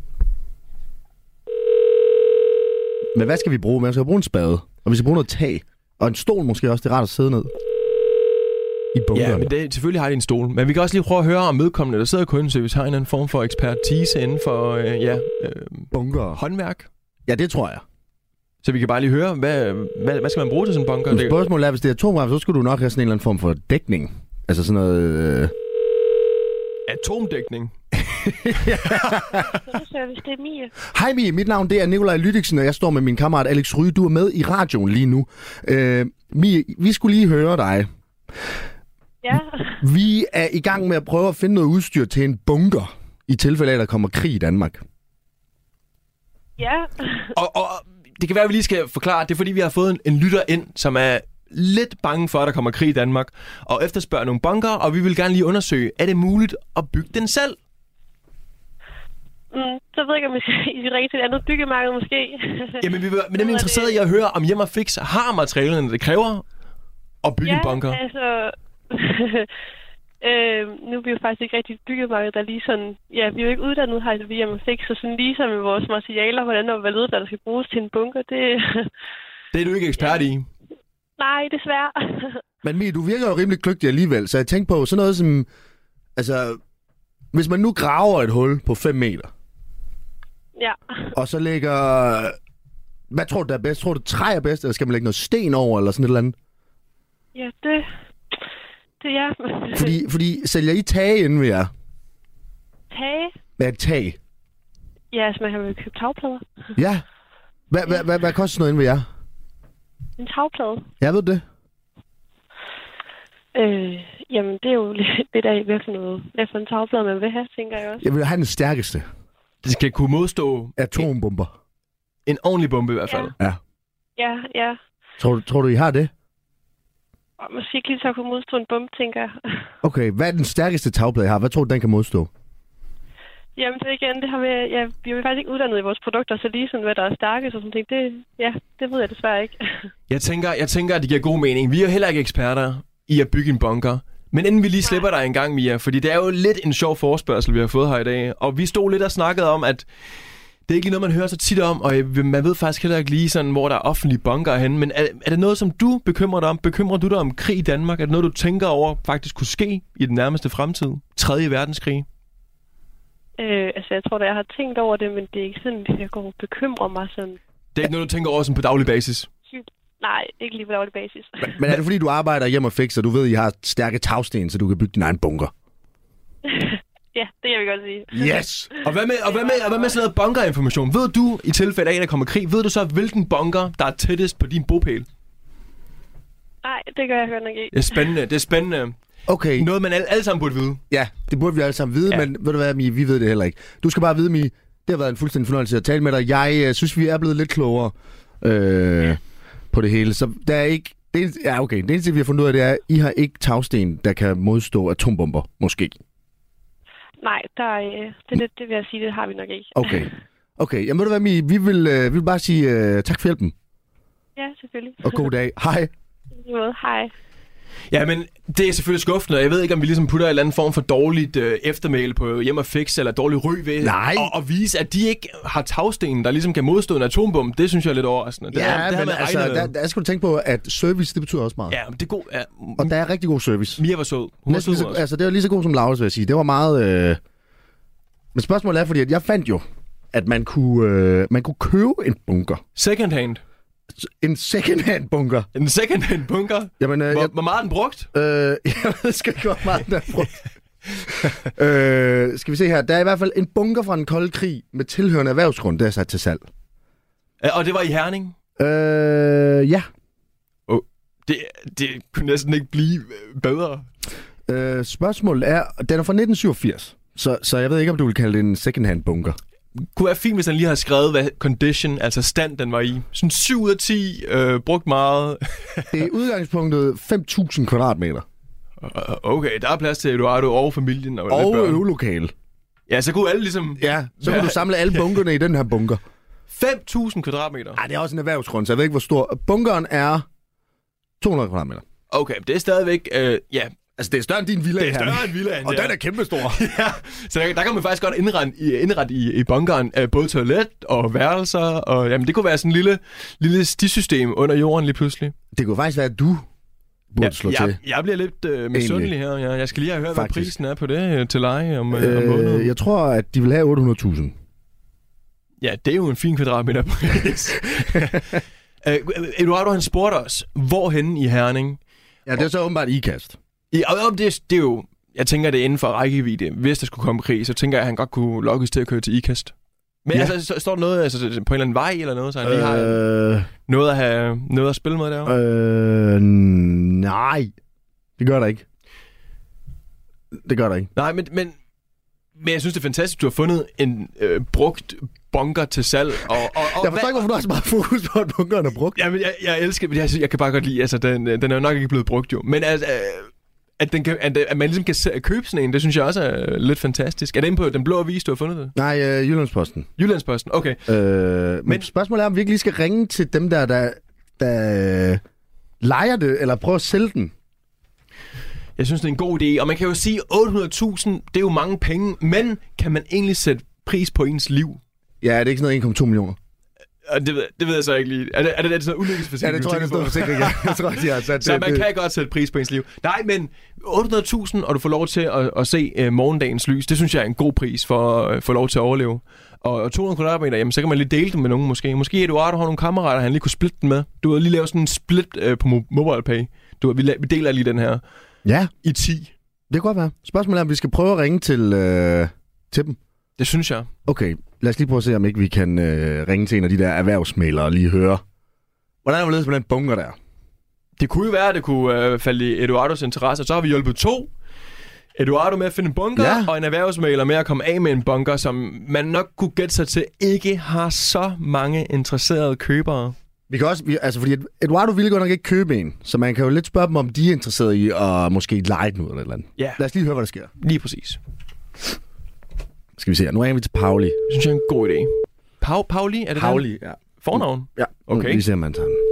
Men hvad skal vi bruge? Man skal bruge en spade, og vi skal bruge noget tag. Og en stol måske også, det er rart at sidde ned i bunkeren. Ja, men selvfølgelig har de en stol. Men vi kan også lige prøve at høre om medkommende, der sidder i kundeservice, har en anden form for ekspertise inden for bunker. Håndværk. Ja, det tror jeg. Så vi kan bare lige høre, hvad skal man bruge til sådan en bunker? Spørgsmålet er, hvis det er atomkraft, så skulle du nok have sådan en eller anden form for dækning. Altså sådan noget... Atomdækning? Service, det er Mie. Hej Mie, mit navn det er Nikolaj Lydiksen, og jeg står med min kammerat Alex Ryge. Du er med i radioen lige nu. Mie, vi skulle lige høre dig. Ja. Vi er i gang med at prøve at finde noget udstyr til en bunker, i tilfælde af, at der kommer krig i Danmark. Ja. Og det kan være, at vi lige skal forklare, det er fordi, vi har fået en lytter ind, som er lidt bange for, at der kommer krig i Danmark, og efterspørger nogle bunker, og vi vil gerne lige undersøge, er det muligt at bygge den selv? Så ved jeg ikke, om I skal ringe til et andet byggemarked måske. Jamen, vi er nemlig interesseret i at høre, om Hjem & Fix har materialerne, det kræver at bygge en bunker. Ja, altså... nu er vi jo faktisk ikke rigtig et byggemarked, der lige sådan... Ja, vi er jo ikke uddannet her i Hjem & Fix, så sådan lige som med vores materialer, hvordan og hvad der skal bruges til en bunker, det... Det er du ikke ekspert i? Nej, desværre. Men Mie, du virker jo rimelig kløgtig alligevel, så jeg tænker på sådan noget som... Altså, hvis man nu graver et hul på 5 meter, ja. Og så lægger... Hvad tror du, der er bedst? Tror du, træ er bedst, eller skal man lægge noget sten over, eller sådan et eller andet? Ja, det er jeg. Fordi sælger I tage inden ved jer? Tage? Hvad er et tag? Ja, altså man kan jo købe tagplader. Ja. Hvad koster sådan noget inden ved jer? En tagplade? Jeg ved det. Jamen, det er jo lidt af, hvad for en tagplade man vil have, tænker jeg også. Jeg vil have den stærkeste. Det skal kunne modstå atombomber. en ordentlig bombe i hvert fald. Ja. Ja. Tror du, I har det? Og måske ikke lige så kunne modstå en bombe, tænker jeg. Okay, hvad er den stærkeste tagplade, I har? Hvad tror du, den kan modstå? Jamen, det igen, det har vi... Ja, vi er jo faktisk ikke uddannet i vores produkter, så lige sådan, hvad der er stærkest og sådan ting, det ved jeg desværre ikke. Jeg tænker, at det giver god mening. Vi er heller ikke eksperter i at bygge en bunker. Men inden vi lige slipper dig en gang, Mia, fordi det er jo lidt en sjov forespørgsel, vi har fået her i dag. Og vi stod lidt og snakkede om, at det er ikke lige noget, man hører så tit om, og man ved faktisk heller ikke lige sådan, hvor der er offentlige bunker henne. Men er det noget, som du bekymrer dig om? Bekymrer du dig om krig i Danmark? Er det noget, du tænker over faktisk kunne ske i den nærmeste fremtid? 3. verdenskrig? Altså, jeg tror da, jeg har tænkt over det, men det er ikke sådan, at jeg går og bekymrer mig sådan. Det er ikke noget, du tænker over sådan på daglig basis? Nej, ikke lige på daglig basis. Men er det fordi, du arbejder hjem og fix, og du ved, at I har stærke tagsten, så du kan bygge din egen bunker? Ja, det kan vi godt sige. Yes! Og hvad med sådan noget bunkerinformation? Ved du, i tilfælde af, at der kommer krig, ved du så, hvilken bunker, der er tættest på din bopæl? Nej, det gør jeg godt nok ikke. Det er spændende. Okay. Noget, man alle sammen burde vide. Ja, det burde vi alle sammen vide, men ved du hvad, Mie, vi ved det heller ikke. Du skal bare vide, Mie, det har været en fuldstændig fornøjelse at tale med dig. Jeg synes, vi er blevet lidt klogere på det hele. Så der er ikke... Det eneste, vi har fundet ud af, det er, at I har ikke tagsten, der kan modstå atombomber, måske. Nej, det vil jeg sige, det har vi nok ikke. Okay, jamen ved du hvad, Mie, vi vil bare sige tak for hjælpen. Ja, selvfølgelig. Og god dag. Hej. Hej. Ja, men det er selvfølgelig skuffende, og jeg ved ikke, om vi ligesom putter en eller anden form for dårligt eftermæle på hjem og fix, eller dårlig ry ved at vise, at de ikke har tagsten, der ligesom kan modstå en atombombe. Det synes jeg er lidt overraskende. Men altså, der skal du tænke på, at service, det betyder også meget. Ja, men det er god. Ja. Og der er rigtig god service. Mia var sød. Hun var sød også. Altså, det var lige så god som Laura, vil jeg sige. Det var meget... Men spørgsmålet er, fordi at jeg fandt jo, at man kunne købe en bunker. Second hand. En second-hand bunker. En second-hand bunker? Jamen, hvor meget er den brugt? Jeg ved sgu ikke, hvor meget den er brugt. Skal vi se her. Der er i hvert fald en bunker fra den kolde krig med tilhørende erhvervsgrund, der er sat til salg. Og det var i Herning? Ja. Det kunne næsten ikke blive bedre. Spørgsmålet er, den er fra 1987, så jeg ved ikke, om du vil kalde det en second-hand bunker. Kunne være fint, hvis han lige har skrevet, hvad condition, altså stand, den var i. Sådan 7 ud af 10, brugt meget. Det er udgangspunktet 5.000 kvadratmeter. Okay, der er plads til Eduardo og familien. Og øvelokale. Ja, så kunne alle ligesom... Ja, så kunne du samle alle bunkerne i den her bunker. 5.000 kvadratmeter? Ej, det er også en erhvervsgrund, så jeg ved ikke, hvor stor. Bunkeren er 200 kvadratmeter. Okay, det er stadigvæk... ja. Altså, det er større end din villa. Det er større end villaen, og den er kæmpestor. Ja, så der kan man faktisk godt indrette i bunkeren både toilet og værelser. Og jamen, det kunne være sådan en lille stisystem under jorden lige pludselig. Det kunne faktisk være, at du burde slå til. Jeg bliver lidt misundelig her. Jeg skal lige have hørt, hvad prisen er på det til leje om måneden. Jeg tror, at de vil have 800.000. Ja, det er jo en fin kvadratmeter pris. Eduardo, han spurgte os, hvorhenne i Herning? Ja, det er så åbenbart IKAST. Det er jo... Jeg tænker, det er inden for rækkevidde. Hvis der skulle komme krig, så tænker jeg, at han godt kunne lokkes til at køre til IKAST. Men altså, står der noget på en eller anden vej eller noget, så han lige har noget at spille med derovre? Nej. Det gør der ikke. Nej, men jeg synes, det er fantastisk, at du har fundet en brugt bunker til salg. Jeg forstår ikke, hvorfor du har så meget fokus på, at bunkeren er brugt. Jamen, jeg elsker det. Jeg kan bare godt lide, altså, den er jo nok ikke blevet brugt jo. Men altså, at man ligesom kan købe sådan en, det synes jeg også er lidt fantastisk. Er det inde på den blå avis, du har fundet det? Nej, Jyllandsposten. Jyllandsposten, okay. Men spørgsmålet er, om vi ikke lige skal ringe til dem, der lejer det, eller prøve at sælge den. Jeg synes, det er en god idé. Og man kan jo sige, 800.000, det er jo mange penge, men kan man egentlig sætte pris på ens liv? Ja, er det ikke sådan noget 1,2 millioner? Det ved jeg så ikke lige. Er det sådan noget ulykkesforsikring? Ja, det tror jeg, det står forsikring. Jeg tror, de har sat så man kan godt sætte pris på ens liv. Nej, men 800.000, og du får lov til at se morgendagens lys, det synes jeg er en god pris for at få lov til at overleve. Og 200 kvadratmeter, jamen så kan man lige dele dem med nogen måske. Måske Eduardo har nogle kammerater, han lige kunne splitte den med. Du har lige lavet sådan en split på MobilePay. Vi deler lige den her. Ja. I 10. Det kan godt være. Spørgsmålet er, om vi skal prøve at ringe til dem. Det synes jeg. Okay, lad os lige prøve at se, om ikke vi kan ringe til en af de der erhvervsmælere og lige høre, hvordan er det med den bunker der? Det kunne jo være, at det kunne falde i Eduardos interesse. Så har vi hjulpet 2. Eduardo med at finde en bunker, og en erhvervsmægler med at komme af med en bunker, som man nok kunne gætte sig til ikke har så mange interesserede købere. Vi kan også, fordi Eduardo ville godt nok ikke købe en, så man kan jo lidt spørge dem, om de er interesserede i at måske lege den ud eller et eller andet. Ja. Lad os lige høre, hvad der sker. Lige præcis. Skal vi se, nu ringer vi til Pauli. Det synes jeg er en god idé. Pauli, er det Pauli, ja. Fornavn? Ja, okay. Vi ser, om man tager den.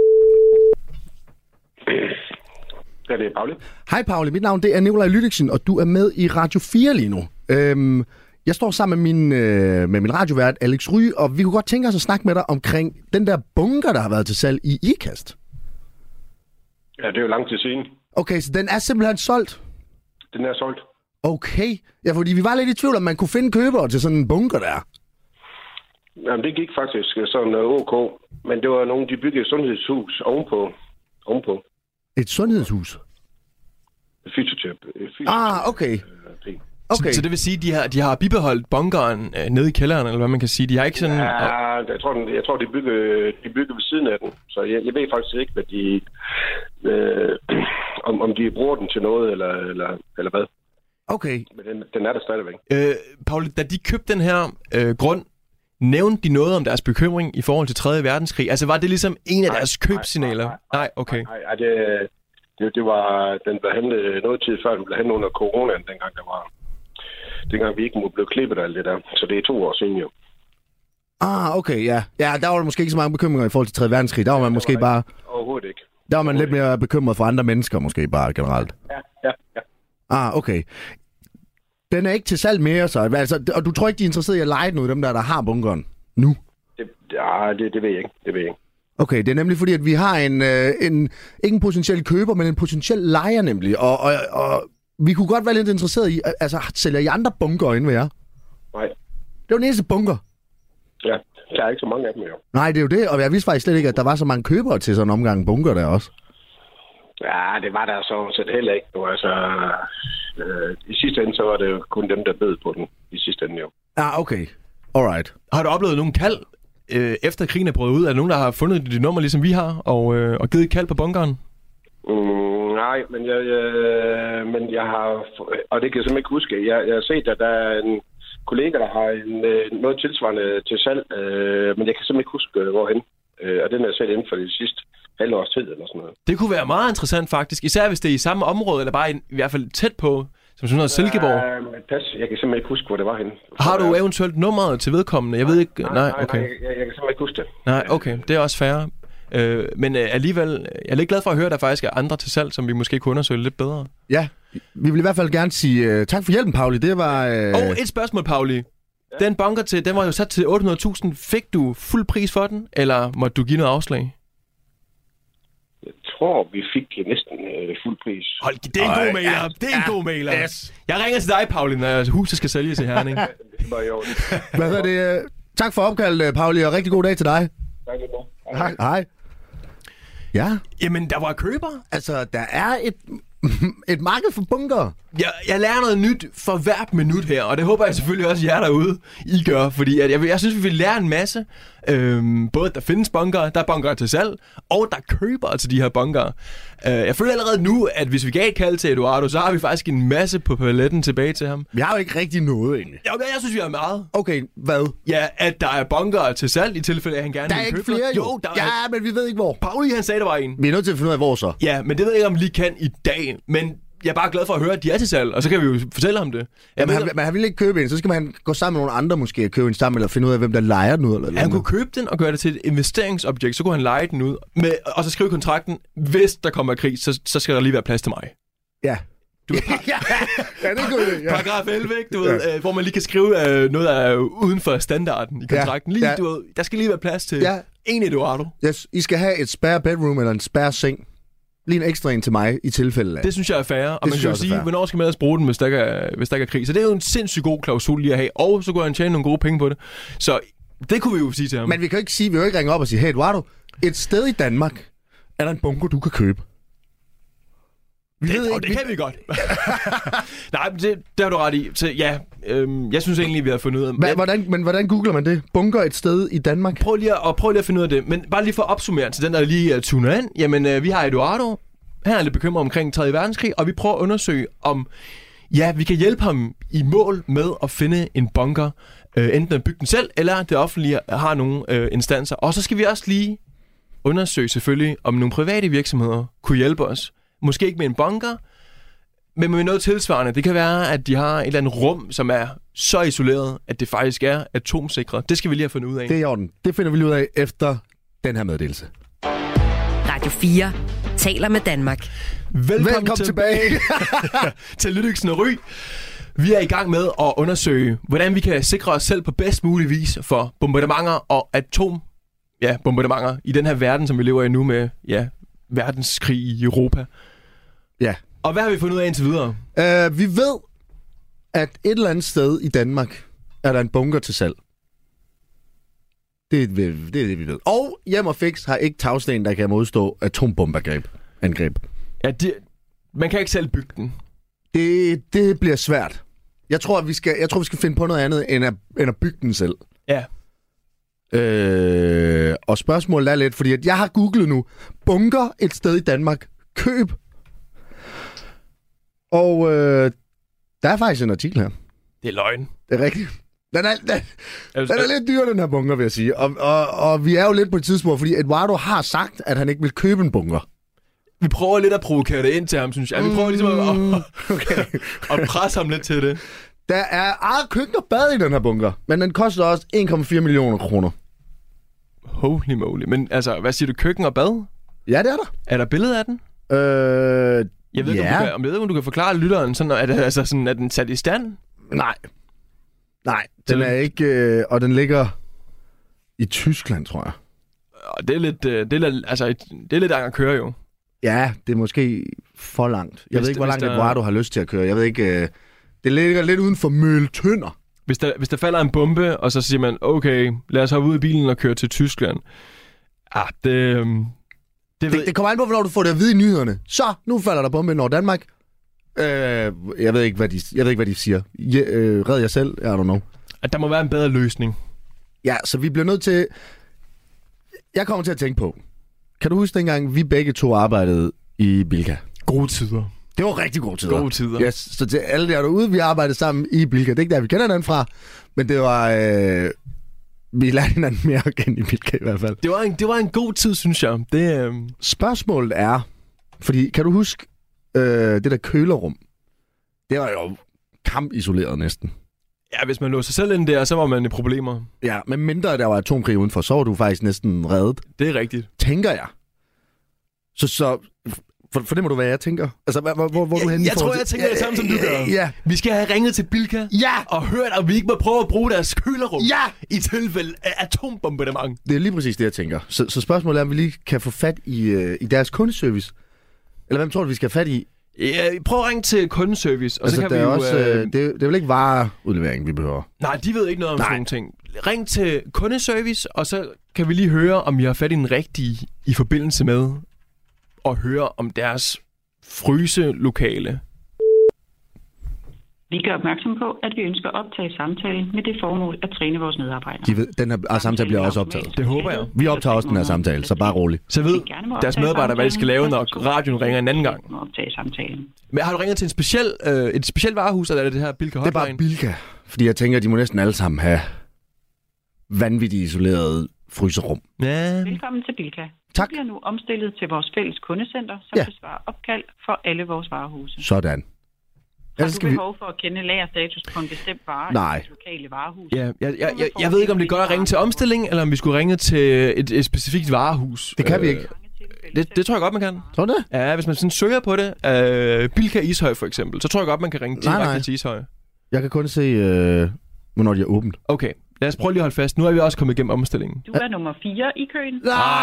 Ja, det er Pauli. Hej Pauli, mit navn det er Nikolaj Lydiksen, og du er med i Radio 4 lige nu. Jeg står sammen med min radiovært Alex Ry, og vi kunne godt tænke os at snakke med dig omkring den der bunker, der har været til salg i Ikast. Ja, det er jo lang tid siden. Okay, så den er simpelthen solgt? Den er solgt. Okay. Ja, fordi vi var lidt i tvivl, om man kunne finde købere til sådan en bunker der. Jamen, det gik faktisk sådan OK. Men det var nogen, de byggede et sundhedshus ovenpå. Et sundhedshus? Fysioterapi. Okay. Okay. Så det vil sige, at de har bibeholdt bunkeren nede i kælderen, eller hvad man kan sige. De har ikke sådan... Ja, jeg tror de bygger ved siden af den. Så jeg ved faktisk ikke, hvad de... om de bruger den til noget, eller hvad. Okay. Men den er der stadigvæk. Paul, da de købte den her grund, nævnte de noget om deres bekymring i forhold til 3. verdenskrig? Altså, var det ligesom en af deres købsignaler? Nej, okay. Nej, det var... Den blev handlet noget tid før, den blev handlet under coronaen, dengang vi ikke blev klippet af alt det der. Så det er 2 år siden jo. Okay, ja. Ja, der var der måske ikke så mange bekymringer i forhold til 3. verdenskrig. Der var man måske bare... Overhovedet ikke. Der var man lidt mere bekymret for andre mennesker, måske bare generelt. Ja. Okay. Den er ikke til salg mere, så. Altså, og du tror ikke, de er interesseret i at lege den ud, dem der har bunkeren nu? Det ved jeg ikke. Okay, det er nemlig fordi, at vi har ikke en potentiel køber, men en potentiel lejer nemlig. Og vi kunne godt være lidt interesseret i, altså, sælger I andre bunker inde ved jer? Nej. Det var den eneste bunker? Ja, der er ikke så mange af dem jo. Nej, det er jo det, og jeg vidste faktisk slet ikke, at der var så mange købere til sådan en omgang bunker der også. Ja, det var der så det heller ikke. Altså, i sidste ende, så var det jo kun dem, der bød på den. I sidste ende jo. Okay. Alright. Har du oplevet nogle kald, efter krigen er brudt ud? Er der nogen, der har fundet dit nummer, ligesom vi har, og givet et kald på bunkeren? Nej, men jeg har... Og det kan jeg simpelthen ikke huske. Jeg har set, at der er en kollega, der har noget tilsvarende til salg, men jeg kan simpelthen ikke huske, hvorhen. Og den er selv inden for det sidste halve års tid eller sådan noget. Det kunne være meget interessant faktisk, især hvis det er i samme område, eller bare i hvert fald tæt på, som sådan noget Silkeborg. Pas, jeg kan simpelthen ikke huske, hvor det var henne. Har du eventuelt nummeret til vedkommende? Jeg ved ikke. Nej, okay. Nej, jeg kan simpelthen ikke huske det. Nej, okay. Det er også fair. Men alligevel, jeg er lidt glad for at høre, at der faktisk er andre til salg, som vi måske kunne undersøge lidt bedre. Ja, vi vil i hvert fald gerne sige tak for hjælpen, Pauli. Det var... Et spørgsmål, Pauli. Ja. Den bunker den var jo sat til 800.000. Fik du fuld pris for den, eller måtte du give noget afslag? Jeg tror, vi fik næsten fuld pris. Hold, det er en god mailer. Det er en god mailer. Yes. Jeg ringer til dig, Pauli, når huset skal sælges i Herning. Det var jo Hvad er det? Tak for opkaldet, Pauli, og rigtig god dag til dig. Tak. Hej. Ja. Jamen, der var køber. Altså, der er et marked for bunker. Jeg lærer noget nyt for hvert minut her, og det håber jeg selvfølgelig også jer derude, I gør, fordi at jeg synes, vi vil lære en masse. Både der findes bunker, der er bunker til salg, og der er købere til de her bunker. Jeg føler allerede nu, at hvis vi gav et kald til Eduardo, så har vi faktisk en masse på paletten tilbage til ham. Vi har jo ikke rigtig noget, egentlig. Ja, jeg synes, vi har meget. Okay, hvad? Ja, at der er bunker til salg i tilfælde, at han gerne vil købe. Der er ikke flere, jo. Ja, men vi ved ikke hvor. Pauli, han sagde, der var en. Vi er nødt til at finde ud af, hvor så. Ja, men det ved jeg ikke, om vi lige kan i dag, men... Jeg er bare glad for at høre, at de er til salg, og så kan vi jo fortælle ham det. Men han vil ikke købe en, så skal man gå sammen med nogle andre måske og købe en sammen, eller finde ud af, hvem der lejer den ud. Eller han kunne købe den og gøre det til et investeringsobjekt, så kunne han leje den ud, og så skrive kontrakten, hvis der kommer krig, så skal der lige være plads til mig. Ja. Du ved, ja, det er god idé. Ja. Paragraf 11, ikke? Du ved, hvor man lige kan skrive noget af uden for standarden i kontrakten. Lige, du ved, der skal lige være plads til en Eduardo. Yes, I skal have et spare bedroom eller en spare seng. Lige en ekstra en til mig i tilfælde af. Det synes jeg er fair, og man kan jo sige, hvornår skal man ellers bruge den, hvis der ikke er krig. Så det er jo en sindssygt god klausul lige at have, og så kunne han tjene nogle gode penge på det. Så det kunne vi jo sige til ham. Men vi kan jo ikke ringe op og sige, hey Eduardo, et sted i Danmark er der en bunker, du kan købe. Det kan vi godt. Nej, men det har du ret i. Så ja, jeg synes egentlig, vi har fundet ud af... Hvordan googler man det? Bunker et sted i Danmark? Prøv lige at finde ud af det. Men bare lige for at opsummere til den, der lige tuner ind. Jamen, vi har Eduardo. Han er lidt bekymret omkring 3. verdenskrig, og vi prøver at undersøge, om vi kan hjælpe ham i mål med at finde en bunker. Enten at bygge den selv, eller det offentlige har nogle instanser. Og så skal vi også lige undersøge selvfølgelig, om nogle private virksomheder kunne hjælpe os. Måske ikke med en bunker, men med noget tilsvarende. Det kan være, at de har et eller andet rum, som er så isoleret, at det faktisk er atomsikret. Det skal vi lige have fundet ud af. Det er i orden. Det finder vi lige ud af efter den her meddelelse. Radio 4 taler med Danmark. Velkommen tilbage til Lyttiksen og Ry. Vi er i gang med at undersøge, hvordan vi kan sikre os selv på bedst mulig vis for bombardementer og bombardementer i den her verden, som vi lever i nu med verdenskrig i Europa. Ja. Og hvad har vi fundet ud af indtil videre? Vi ved, at et eller andet sted i Danmark er der en bunker til salg. Det er det, vi ved. Og Hjem og Fix har ikke tagsten, der kan modstå atombombeangreb. Ja, man kan ikke selv bygge den. Det bliver svært. Jeg tror, vi skal finde på noget andet, end at bygge den selv. Ja. Og spørgsmålet er lidt, fordi at jeg har googlet nu, bunker et sted i Danmark, køb. Og der er faktisk en artikel her. Det er løgn. Det er rigtigt. Den er lidt dyr, den her bunker, vil jeg sige. Og vi er jo lidt på et tidspunkt, fordi Eduardo har sagt, at han ikke vil købe en bunker. Vi prøver lidt at provokere det ind til ham, synes jeg. Vi prøver ligesom at presse ham lidt til det. Der er eget køkken og bad i den her bunker, men den koster også 1,4 millioner kroner. Holy moly. Men altså, hvad siger du? Køkken og bad? Ja, det er der. Er der billede af den? Jeg ved ikke, om du kan forklare lytteren, sådan, er den sat i stand? Nej, den er ikke, og den ligger i Tyskland, tror jeg. Og det er lidt langt at køre, jo. Ja, det er måske for langt. Jeg ved ikke, hvor langt Eduardo har lyst til at køre. Jeg ved ikke, det ligger lidt uden for Møgeltønder. Hvis der falder en bombe, og så siger man, okay, lad os hoppe ud i bilen og køre til Tyskland. Det kommer an på, hvornår du får det at vide i nyhederne. Så, nu falder der bombe over Danmark. Jeg ved ikke, hvad de siger. Red jer selv, I don't know. At der må være en bedre løsning. Ja, så vi bliver nødt til... Jeg kommer til at tænke på... Kan du huske dengang, vi begge to arbejdede i Bilka? Gode tider. Det var rigtig gode tider. Gode tider. Yes, så til alle der derude, vi arbejdede sammen i Bilka. Det er ikke der, vi kender hinanden fra, men det var... vi lærte hinanden mere at kende i Bilka i hvert fald. Det var en god tid, synes jeg. Spørgsmålet er... Fordi, kan du huske det der kølerrum? Det var jo kampisoleret næsten. Ja, hvis man lå sig selv ind der, så var man i problemer. Ja, men mindre der var atomkrig udenfor, så var du faktisk næsten reddet. Det er rigtigt. Tænker jeg. Så for det må du være, jeg tænker. Altså, hvor du henne? Jeg tænker det samme, som du gør. Ja. Vi skal have ringet til Bilka. Ja. Og hørt, at vi ikke må prøve at bruge deres kølerum. Ja. I tilfælde af atombombardement. Det er lige præcis det, jeg tænker. Så spørgsmålet er, om vi lige kan få fat i deres kundeservice. Eller hvem tror du, vi skal have fat i? Ja, prøv at ringe til kundeservice, og altså, så kan vi jo... Også, det er vel ikke vareudlevering, vi behøver? Nej, de ved ikke noget om sådan nogle ting. Ring til kundeservice, og så kan vi lige høre, om vi har fat i den rigtige i forbindelse med at høre om deres fryselokale. Vi gør opmærksom på, at vi ønsker at optage samtalen med det formål at træne vores medarbejdere. De ved, den her samtale bliver også optaget. Det håber jeg. Vi optager også den her samtale, så bare roligt. Så ved deres medarbejdere, hvad de skal lave, når radioen ringer en anden gang. Men har du ringet til et specielt varehus, eller er det her Bilka Hotline? Det er bare Bilka, fordi jeg tænker, at de må næsten alle sammen have vanvittigt isoleret fryserum. Ja. Velkommen til Bilka. Tak. Vi bliver nu omstillet til vores fælles kundecenter, som besvarer opkald for alle vores varehuse. Sådan. Har du behov for at kende lagerstatus på en bestemt vare i et lokale varehus? Ja, jeg ved ikke, om det er godt at ringe til omstilling, eller om vi skulle ringe til et specifikt varehus. Det kan vi ikke. Det tror jeg godt, man kan. Tror du det? Ja, hvis man sådan søger på det. Bilka Ishøj for eksempel, så tror jeg godt, man kan ringe direkte til Ishøj. Jeg kan kun se, hvornår de er åbent. Okay, lad os prøve lige at holde fast. Nu er vi også kommet igennem omstillingen. Du er nummer 4 i køen.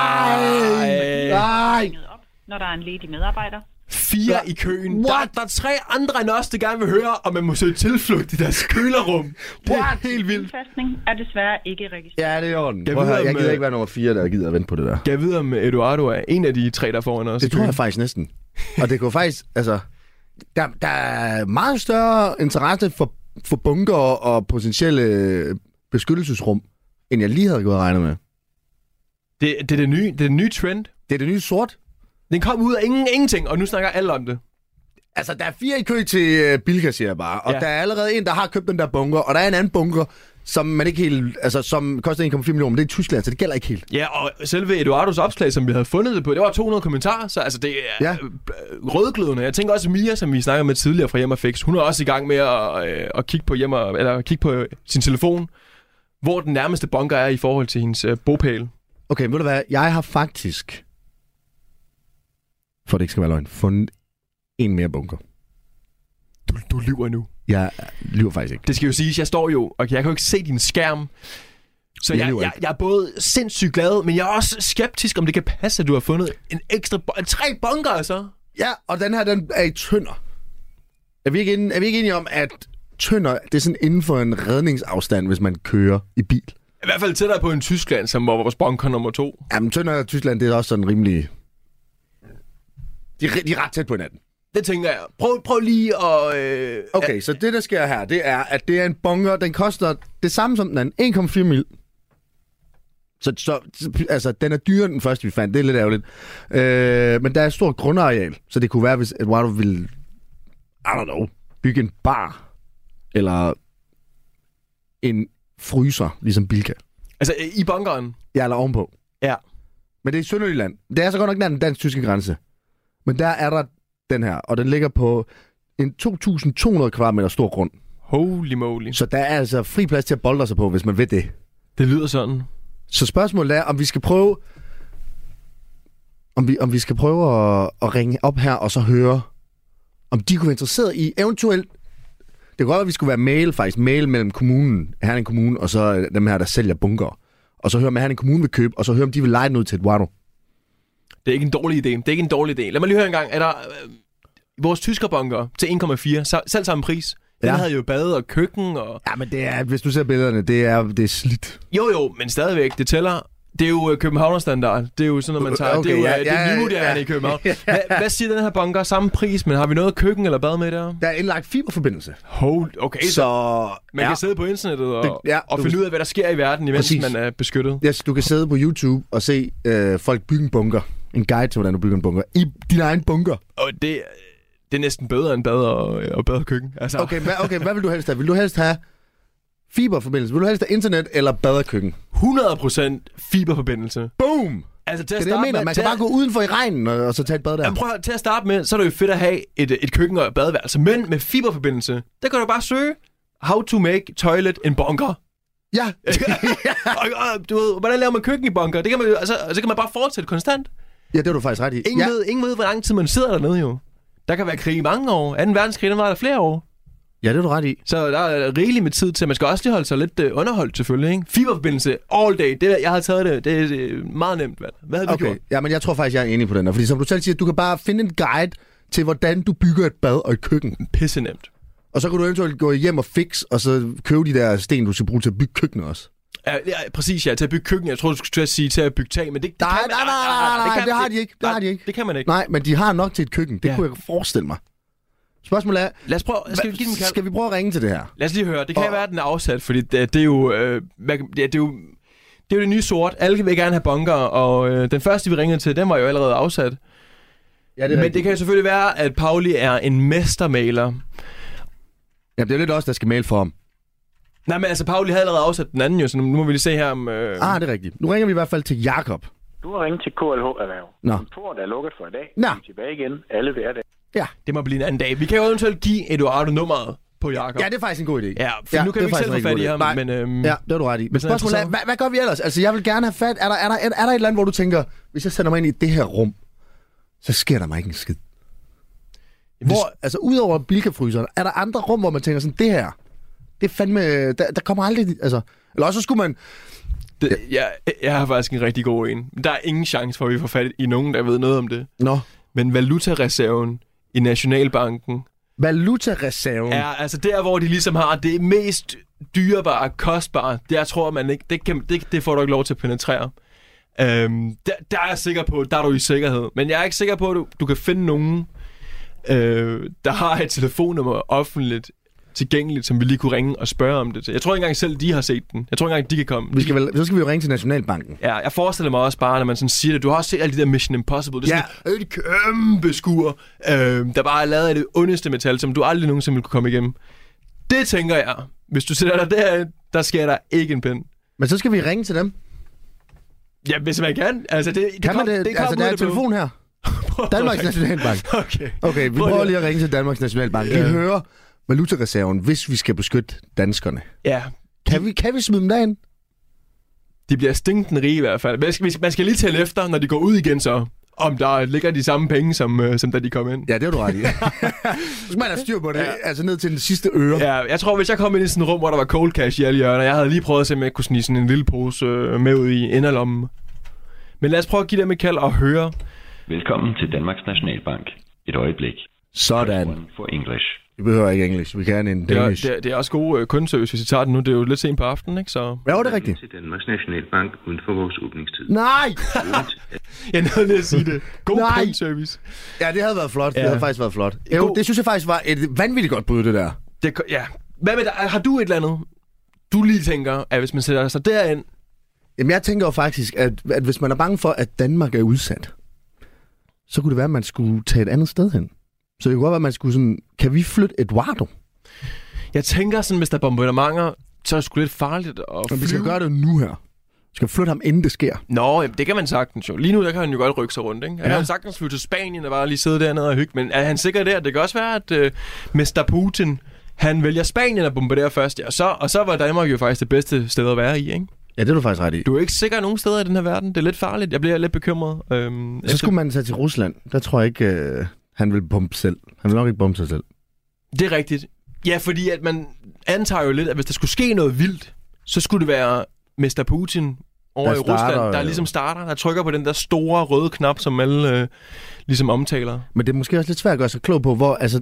Nej! Når der er en ledig medarbejder. 4 i køen. Der er 3 andre end os, der gerne vil høre, om man må søge tilflugt i deres kølerum. Det er helt vildt. Indfastning er desværre ikke registreret. Ja, det er i orden. Jeg gider ikke være nummer 4, der gider at vente på det der. Jeg ved, om Eduardo er en af de 3, der foran os. Det tror jeg faktisk næsten. Og det kunne faktisk, altså... Der er meget større interesse for bunker og potentielle beskyttelsesrum, end jeg lige havde gået og regnet med. Det er det nye trend. Det er det nye sort. Den kom ud af ingenting, og nu snakker alle om det. Altså, der er 4 i kø til Bilka, siger jeg bare. Og der er allerede en, der har købt den der bunker, og der er en anden bunker, som man ikke helt... Altså, som koster 1,4 millioner, men det er i Tyskland, så det gælder ikke helt. Ja, og selve Eduardos opslag, som vi havde fundet det på, det var 200 kommentarer, så altså, det er rødglødende. Jeg tænker også Mia, som vi snakkede med tidligere fra Hjem og Fix, hun er også i gang med at kigge på kigge på sin telefon, hvor den nærmeste bunker er i forhold til hendes bopæl. Okay, ved du hvad? Jeg har faktisk, for det ikke skal være løgn, fundet en mere bunker. Du lyver nu. Jeg lyver faktisk ikke. Det skal jo siges, jeg står jo, og jeg kan jo ikke se din skærm. Så jeg er både sindssygt glad, men jeg er også skeptisk, om det kan passe, at du har fundet en ekstra 3 bunker, altså. Ja, og den her, den er i Tønder. Er vi ikke enige om, at Tønder, det er sådan inden for en redningsafstand, hvis man kører i bil? I hvert fald tættere på en Tyskland, som var vores bunker nummer 2. Jamen, Tønder og Tyskland, det er også sådan rimelig... De er ret tæt på hinanden. Det tænker jeg. Prøv lige at... Okay, så det, der sker her, det er, at det er en bunker, den koster det samme som den anden. 1,4 mil. Så altså, den er dyrere end den første, vi fandt. Det er lidt ærgerligt. Men der er et stort grundareal, så det kunne være, hvis Eduardo ville, I don't know, bygge en bar. Eller en fryser, ligesom Bilka. Altså, i bunkeren? Ja, eller ovenpå. Ja. Men det er i Sønderjylland. Det er så godt nok nær den dansk-tyske grænse. Men der er der den her, og den ligger på en 2.200 kvadratmeter stor grund. Holy moly. Så der er altså fri plads til at bolde sig på, hvis man vil det. Det lyder sådan. Så spørgsmålet er, om vi skal prøve... Om vi skal prøve at ringe op her, og så høre, om de kunne være interesseret i eventuelt... Det kunne godt være, at vi skulle være mail mellem kommunen, Herning Kommune, og så dem her, der sælger bunker. Og så høre, om Herning Kommune vil købe, og så høre, om de vil leje den ud til Eduardo. Det er ikke en dårlig idé. Lad mig lige høre en gang. Er der vores tyskerbunker til 1,4, selv samme pris? Den havde jo bad og køkken og... Ja, men det er, hvis du ser billederne, det er slidt. Jo, men stadigvæk, det tæller. Det er jo Københavner-standard. Det er jo sådan, når man tager... Okay, det er jo nymoderne i København. Hvad siger den her bunker? Samme pris, men har vi noget køkken eller bad med der? Der er indlagt fiberforbindelse. Okay, så man kan sidde på internettet og finde ud af, hvad der sker i verden, imens man er beskyttet. Yes, du kan sidde på YouTube og se folk bygge en bunker. En guide til, hvordan du bygger en bunker. I din egen bunker. Og det er næsten bedre end bad og bad og køkken. Altså. Okay, hvad vil du helst have? Vil du helst have fiberforbindelse? Vil du helst have internet eller bad og køkken? 100% fiberforbindelse. Boom! Altså, til at det er det, jeg mener. Man kan bare gå udenfor i regnen og så tage et bad der. Jamen, prøv til at starte med, så er det jo fedt at have et køkken og et badeværelse. Men med fiberforbindelse, der kan du bare søge how to make toilet in bunker. Ja. og du ved, hvordan laver man køkken i bunker? Det kan man jo, altså, så kan man bare fortsætte konstant. Ja, det er du faktisk ret i. Ingen ved, hvor lang tid man sidder dernede jo. Der kan være krig i mange år. 2. verdenskrig, den var der flere år. Ja, det er du ret i. Så der er rigeligt med tid til. Man skal også lige holde sig lidt underholdt selvfølgelig, ikke? Fiberforbindelse all day. Jeg havde taget det er meget nemt, hvad havde du gjort? Ja, men jeg tror faktisk, jeg er enig på den der. Fordi som du selv siger, du kan bare finde en guide til, hvordan du bygger et bad og et køkken. Pisse nemt. Og så kan du eventuelt gå hjem og fix, og så købe de der sten, du skal bruge til at bygge køkkenet også. Ja, præcis, ja. Til at bygge køkken. Jeg tror, du skulle sige til at bygge tag, men det nej, det har de ikke. Det kan man ikke. Nej, men de har nok til et køkken. Det kunne jeg forestille mig. Spørgsmålet er... Lad os prøve... Skal vi prøve at ringe til det her? Lad os lige høre. Det kan være, at den er afsat, fordi det er jo... det er jo det nye sort. Alle vil gerne have bunker, og den første, vi ringede til, den var jo allerede afsat. Ja, det er men det kan jo selvfølgelig være, at Pauli er en mestermaler. Ja, det er jo lidt også, der skal male for ham. Nej, men altså, Pauli havde allerede afsat den anden jo, så nu må vi lige se her om... det er rigtigt. Nu ringer vi i hvert fald til Jakob. Du har ringet til KLH Erhverv. Kontoret er lukket for i dag. Vi er tilbage igen alle hverdag. Ja, det må blive en anden dag. Vi kan jo eventuelt give Eduardo nummeret på Jakob. Ja, det er faktisk en god idé. Ja, for nu kan vi ikke selv få fat i ham. Men, ja, det er du ret i. Men spørgsmålet er, hvad gør vi ellers? Altså, jeg vil gerne have fat... Er der et eller andet, hvor du tænker, hvis jeg sætter mig ind i det her rum, så sker der mig ikke en skid? Hvor, altså, udover Bilka-fryseren, er der andre rum, hvor man tænker sådan, det her, det er fandme... Der kommer aldrig... Altså, eller også så skulle man... Jeg har faktisk en rigtig god en. Der er ingen chance for, at vi får fat i nogen, der ved noget om det. Men valutareserven i Nationalbanken... Valutareserven? Ja, altså der, hvor de ligesom har det mest dyrebare, kostbare, der tror man ikke... Det får du ikke lov til at penetrere. Der er jeg sikker på, der er du i sikkerhed. Men jeg er ikke sikker på, at du kan finde nogen, der har et telefonnummer offentligt tilgængeligt, som vi lige kunne ringe og spørge om det til. Jeg tror ikke engang selv, de har set den. Jeg tror ikke engang, de kan komme. Så skal vi jo ringe til Nationalbanken. Ja, jeg forestiller mig også bare, når man sådan siger det. Du har også set alle de der Mission Impossible. Det er sådan et kæmpe skur, der bare er lavet af det ondeste metal, som du aldrig nogensinde vil kunne komme igennem. Det tænker jeg. Hvis du sætter dig derind, der sker der ikke en pind. Men så skal vi ringe til dem. Ja, hvis man kan. Altså, det kan man det? Altså, der er en telefon her. Danmarks Nationalbank. Okay, vi prøver lige at ringe til Danmarks Nationalbank. Vi hører valutareserven, hvis vi skal beskytte danskerne. Ja. Kan vi smide dem derind? De bliver stinkende rige i hvert fald. Man skal lige tælle efter, når de går ud igen så. Om der ligger de samme penge, som da de kom ind. Ja, det er du ret i. Så skal man have styr på det. Altså ned til den sidste øre. Ja, jeg tror, hvis jeg kom ind i sådan et rum, hvor der var cold cash i alle hjørner, jeg havde lige prøvet at se, om jeg kunne snige sådan en lille pose med ud i inderlommen. Men lad os prøve at give dem et kald og høre. Velkommen til Danmarks Nationalbank. Et øjeblik. Sådan. For English. Vi behøver ikke engelsk. Vi kan en Danish. Det er også god kundeservice, hvis vi tager den nu. Det er jo lidt sent på aftenen, ikke? Så... Ja, det er rigtigt. Til Danmarks Nationalbank uden for vores åbningstid. Nej! Jeg nåede lige at sige det. God kundeservice. Ja, det havde været flot. Ja. Det havde faktisk været flot. Jo, det synes jeg faktisk var et vanvittigt godt bud, det der. Ja. Hvad med dig? Har du et eller andet, du lige tænker, at hvis man sætter sig derind? Jamen, jeg tænker jo faktisk, at hvis man er bange for, at Danmark er udsat, så kunne det være, at man skulle tage et andet sted hen. Så det kunne godt være, at man skulle sådan... Kan vi flytte Eduardo? Jeg tænker sådan, hvis der er bombardementer, så er det sgu lidt farligt at flyve. Men vi skal gøre det nu her. Vi skal flytte ham, inden det sker. Nå, det kan man sagtens jo. Lige nu, der kan han jo godt rykke sig rundt, ikke? Han kan sagtens flytte til Spanien og bare lige sidde dernede og hygge. Men er han sikker der? Det kan også være, at Mr. Putin, han vælger Spanien at bombardere først. Ja. Og så var Danmark jo faktisk det bedste sted at være i, ikke? Ja, det er du faktisk ret i. Du er ikke sikker nogen steder i den her verden. Det er lidt farligt. Jeg bliver lidt bekymret. Så skulle man tage til Rusland. Der tror jeg ikke... Han vil bombe selv. Han vil nok ikke bombe sig selv. Det er rigtigt. Ja, fordi at man antager jo lidt, at hvis der skulle ske noget vildt, så skulle det være Mr. Putin over i Rusland, der ligesom starter, der trykker på den der store røde knap, som alle ligesom omtaler. Men det er måske også lidt svært at gøre sig klog på, hvor... Altså,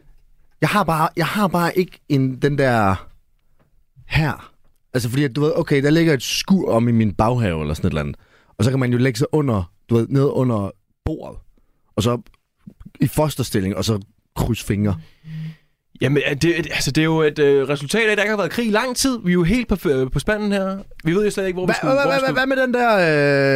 jeg har bare ikke den der her. Altså fordi, at, du ved, okay, der ligger et skur om i min baghave eller sådan et eller andet. Og så kan man jo lægge sig under, du ved, ned under bordet. Og så i fosterstilling, og så kryds fingre. Jamen, det er jo et resultat af, at der ikke har været krig i lang tid. Vi er jo helt på spanden her. Vi ved jo slet ikke, hvor vi skulle... Hvad med den der...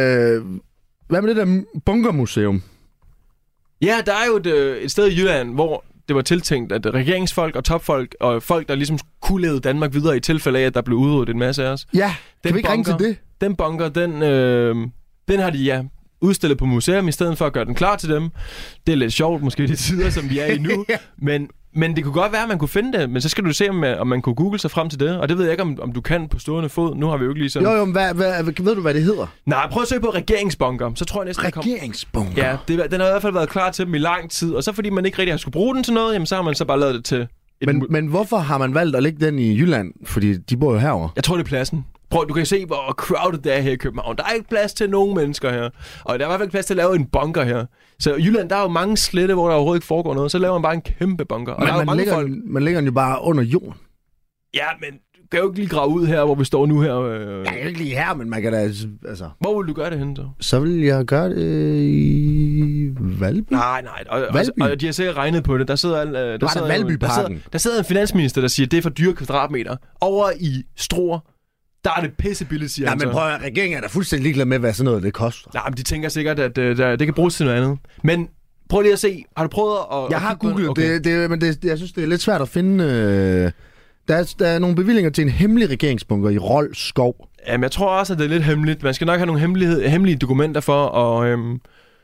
Hvad med det der bunkermuseum? Ja, der er jo et sted i Jylland, hvor det var tiltænkt, at regeringsfolk og topfolk og folk, der ligesom kunne lede Danmark videre i tilfælde af, at der blev udryddet en masse af os. Ja, kan vi ikke ringe til det? Den bunker, den har de, udstillet på museum, i stedet for at gøre den klar til dem. Det er lidt sjovt, måske de tider, som vi er i nu. Men det kunne godt være, at man kunne finde det. Men så skal du se, om man kunne google sig frem til det. Og det ved jeg ikke, om du kan på stående fod. Nu har vi jo ikke lige sådan... Jo, ved du, hvad det hedder? Nej, prøv at søge på regeringsbunker. Så tror jeg næsten, regeringsbunker? Ja, den har i hvert fald været klar til dem i lang tid. Og så fordi man ikke rigtig har skulle bruge den til noget, jamen, så har man så bare lavet det til... Men hvorfor har man valgt at lægge den i Jylland? Fordi de bor jo herovre. Jeg tror, det er pladsen. Prøv, du kan se, hvor crowded det er her i København. Der er ikke plads til nogen mennesker her. Og der er i hvert fald plads til at lave en bunker her. Så i Jylland, der er jo mange slette, hvor der overhovedet ikke foregår noget. Så laver man bare en kæmpe bunker. Og men man lægger den jo bare under jorden. Ja, men du kan jo ikke lige grave ud her, hvor vi står nu her. Ja, ikke lige her, men man kan da... Altså... Hvor vil du gøre det henne, så? Så vil jeg gøre det i Valby. Nej. Og de har sikkert regnet på det. Der sidder Valbyparken. Der sidder en finansminister, der siger, at det er for dyre kvadratmeter. Over i Struer, der er det pissebilligt, siger han så. Men prøv at regeringen er da fuldstændig ligeglad med, hvad sådan noget det koster. Nej, men de tænker sikkert, at det kan bruges til noget andet. Men prøv lige at se. Har du prøvet at... Jeg har googlet det, men jeg synes, det er lidt svært at finde... Der er nogle bevillinger til en hemmelig regeringsbunker i Rold Skov. Jamen, jeg tror også, at det er lidt hemmeligt. Man skal nok have nogle hemmelige dokumenter for at... nu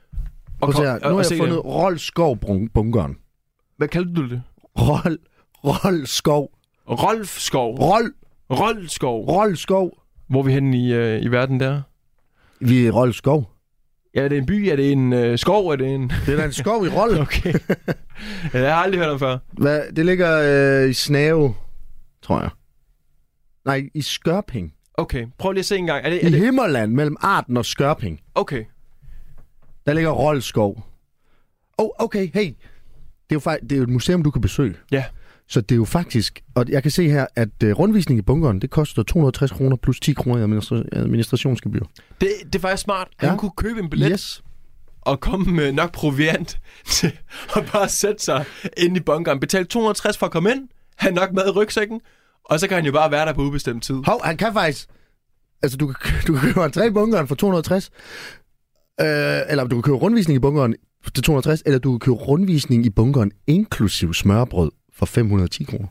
har jeg fundet Rold Skov-bunkeren. Hvad kaldte du det? Rold Skov. Rolf Skov. Rold Skov. Hvor er vi henne i verden der? Vi er i Rold Skov. Ja, er det en by? Er det en skov? Det er da en skov i Rold. Okay. Ja, jeg har aldrig hørt om før. Det ligger i Snave, tror jeg. Nej, i Skørping. Okay, prøv lige at se en gang. I Himmerland, mellem Arden og Skørping. Okay. Der ligger Rold Skov. Okay, hey. Det er jo et museum, du kan besøge. Ja. Så det er jo faktisk... Og jeg kan se her, at rundvisning i bunkeren, det koster 260 kroner plus 10 kroner i administrationsgebyr. Det er faktisk smart. Han kunne købe en billet og komme med nok proviant til at bare sætte sig ind i bunkeren. Betale 260 for at komme ind, have nok mad i rygsækken, og så kan han jo bare være der på ubestemt tid. Han kan faktisk... Altså, du kan købe entré i bunkeren for 260, eller du kan købe rundvisning i bunkeren til 260, eller du kan købe rundvisning i bunkeren inklusiv smørbrød for 510 kroner.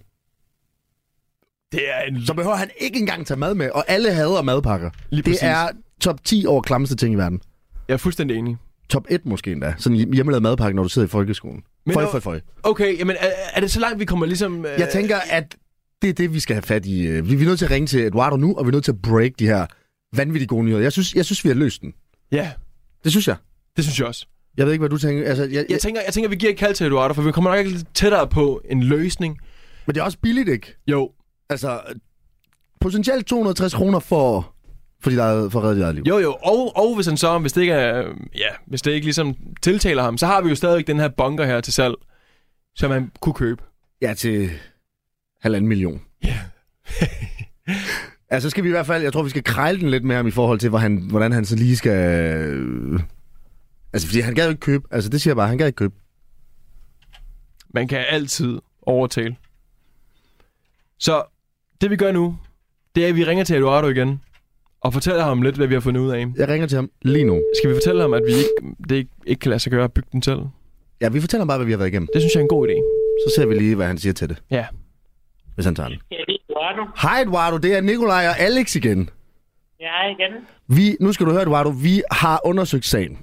Så behøver han ikke engang tage mad med, og alle hader madpakker. Det er top 10 over klammeste ting i verden. Jeg er fuldstændig enig. Top 1 måske endda. Sådan en hjemmelavet madpakke, når du sidder i folkeskolen. Føj. Okay, jamen er det så langt, vi kommer ligesom... Jeg tænker, at det er det, vi skal have fat i. Vi er nødt til at ringe til Eduardo nu, og vi er nødt til at break de her vanvittige gode nyheder. Jeg synes, vi har løst den. Ja. Det synes jeg. Det synes jeg også. Jeg ved ikke, hvad du tænker. Altså, jeg tænker, vi giver et kald til Eduardo, for vi kommer nok ikke lidt tættere på en løsning. Men det er også billigt, ikke? Jo. Altså, potentielt 260 kroner for at redde dit eget liv. Jo. Og hvis han så, hvis det ikke ligesom tiltaler ham, så har vi jo stadig den her bunker her til salg, som man kunne købe. Ja, til 1,5 million. Ja. Altså, skal vi i hvert fald, jeg tror, vi skal krejle den lidt med ham i forhold til, hvordan han så lige skal... Altså, fordi han gad ikke købe. Altså, det siger jeg bare, han gad ikke købe. Man kan altid overtale. Så det vi gør nu, det er, at vi ringer til Eduardo igen, og fortæller ham lidt, hvad vi har fundet ud af. Jeg ringer til ham lige nu. Skal vi fortælle ham, at det ikke kan lade sig gøre at bygge den selv? Ja, vi fortæller ham bare, hvad vi har været igennem. Det synes jeg er en god idé. Så ser vi lige, hvad han siger til det. Ja. Hvis han tager den. Ja, det er Eduardo. Hej Eduardo, det er Nikolaj og Alex igen. Ja, igen. Nu skal du høre, Eduardo, vi har undersøgt sagen.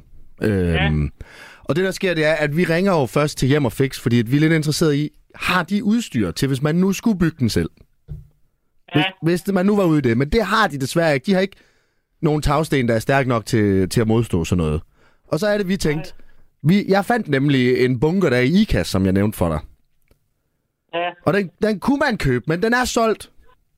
Og det, der sker, det er, at vi ringer jo først til Hjem og Fix, fordi vi er lidt interesserede i, har de udstyr til, hvis man nu skulle bygge den selv? Ja. Hvis man nu var ude i det. Men det har de desværre ikke. De har ikke nogen tagsten, der er stærk nok til at modstå sådan noget. Og så er det, vi tænkte... Jeg fandt nemlig en bunker der i IKAS, som jeg nævnte for dig. Ja. Og den kunne man købe, men den er solgt.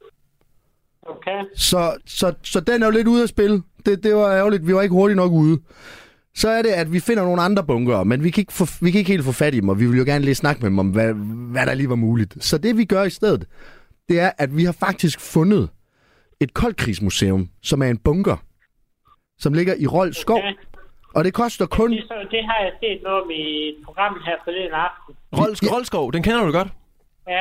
Okay. Så den er jo lidt ude at spille. Det var ærgerligt. Vi var ikke hurtigt nok ude. Så er det, at vi finder nogle andre bunker, men vi kan ikke helt få fat i dem, og vi vil jo gerne lige snakke med dem om, hvad der lige var muligt. Så det, vi gør i stedet, det er, at vi har faktisk fundet et koldkrigsmuseum, som er en bunker, som ligger i Rold Skov. Okay. Og det koster kun... Det har jeg set noget om i et program her forleden aften. Rold Skov, den kender du godt? Ja.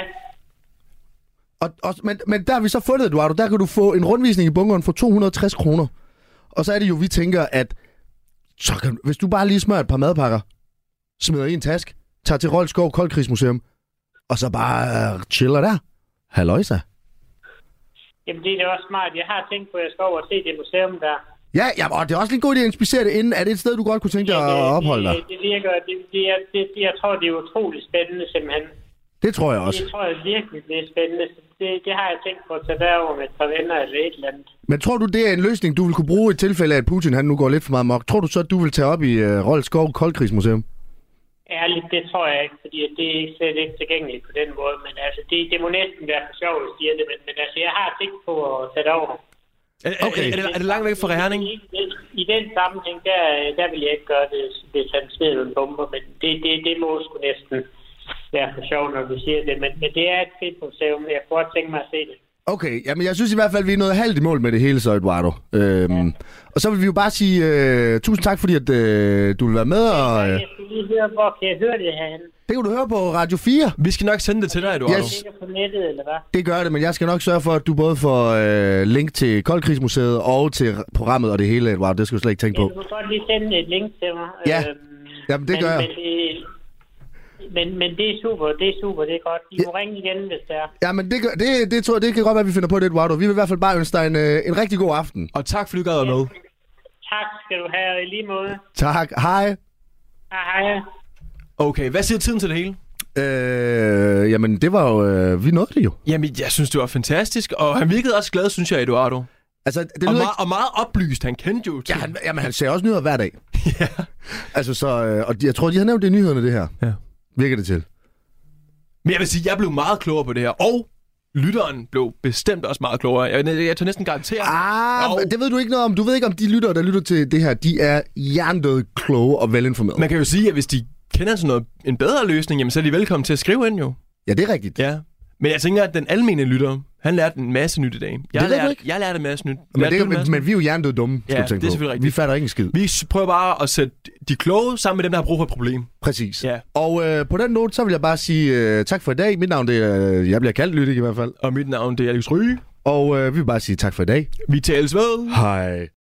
Men der har vi så fundet, Eduardo, der kan du få en rundvisning i bunkeren for 260 kroner. Og så er det jo, vi tænker, at hvis du bare lige smører et par madpakker, smider i en task, tager til Rold Skov Koldkrigsmuseum, og så bare chiller der. Halløjsa. Jamen, det er også smart. Jeg har tænkt på, at jeg skal over og se det museum der. Ja, og det er også en god idé at inspicere det inden. Er det et sted, du godt kunne tænke dig at opholde dig? Det virker. Jeg tror, det er utroligt spændende, simpelthen. Det tror jeg også. Det tror jeg virkelig, det er spændende. Det har jeg tænkt på at tage derover med et par venner eller et eller andet. Men tror du, det er en løsning, du vil kunne bruge i tilfælde af, at Putin han nu går lidt for meget mok? Tror du så, at du vil tage op i Rold Skov Koldkrigsmuseum? Ærligt, det tror jeg ikke, fordi det er slet ikke tilgængeligt på den måde. Men altså, det må næsten være for sjovt, at sige det. Men altså, jeg har tænkt på at tage derover. Okay. Er det langt væk fra Herning? I den sammenhæng, der vil jeg ikke gøre det, hvis han smider nogle bomber. Men det må sgu næsten være for sjovt, når vi siger det. Men det er et fedt museum. Jeg kunne godt tænke mig at se det. Okay, jamen jeg synes i hvert fald, vi er nået halvt i mål med det hele, så Eduardo. Og så vil vi jo bare sige tusind tak, fordi at du vil være med. Og, jeg skal lige høre, hvor kan jeg høre det herhenne? Det kan du høre på Radio 4. Vi skal nok sende det til dig, Eduardo. Yes. På nettet, eller hvad? Det gør det, men jeg skal nok sørge for, at du både får link til Koldkrigsmuseet og til programmet og det hele, Eduardo. Det skal du slet ikke tænke på. Du må godt lige sende et link til mig. Ja, jamen det gør jeg. Men det er super, det er godt. I må ringe igen, hvis det er. Ja, men det tror jeg, det kan godt være, at vi finder på det, Eduardo. Vi vil i hvert fald bare ønske dig en rigtig god aften. Og tak, fordi du gad med. Tak skal du have, i lige måde. Tak, hej. Hej. Okay, hvad siger tiden til det hele? Jamen, det var jo... vi nåede det jo. Jamen, jeg synes, det var fantastisk, og han virkede også glad, synes jeg, Eduardo. Altså, det og meget oplyst, han kendte jo til. Ja, han ser også nyheder hver dag. Ja. Altså, så... og jeg tror, de har nævnt det i nyhederne, det her. Ja. Virker det til. Men jeg vil sige, jeg blev meget klogere på det her, og lytteren blev bestemt også meget klogere. Jeg tør næsten garantere. Det ved du ikke noget om. Du ved ikke, om de lyttere, der lytter til det her, de er hjernedøde kloge og velinformerede. Man kan jo sige, at hvis de kender sådan noget, en bedre løsning, jamen så er de velkommen til at skrive ind jo. Ja, det er rigtigt. Ja. Men jeg tænker, at den almene lytter, han lærte en masse nyt i dag. Jeg lærte en masse nyt. Men vi er jo hjernedøde dumme, ja, det er selvfølgelig rigtigt. Vi fatter ikke en skid. Vi prøver bare at sætte de kloge sammen med dem, der har brug for et problem. Præcis. Ja. Og på den note, så vil jeg bare sige tak for i dag. Mit navn, det er... Jeg bliver kaldt Lyttik i hvert fald. Og mit navn, det er Alex Ryge. Og vi vil bare sige tak for i dag. Vi tales ved. Hej.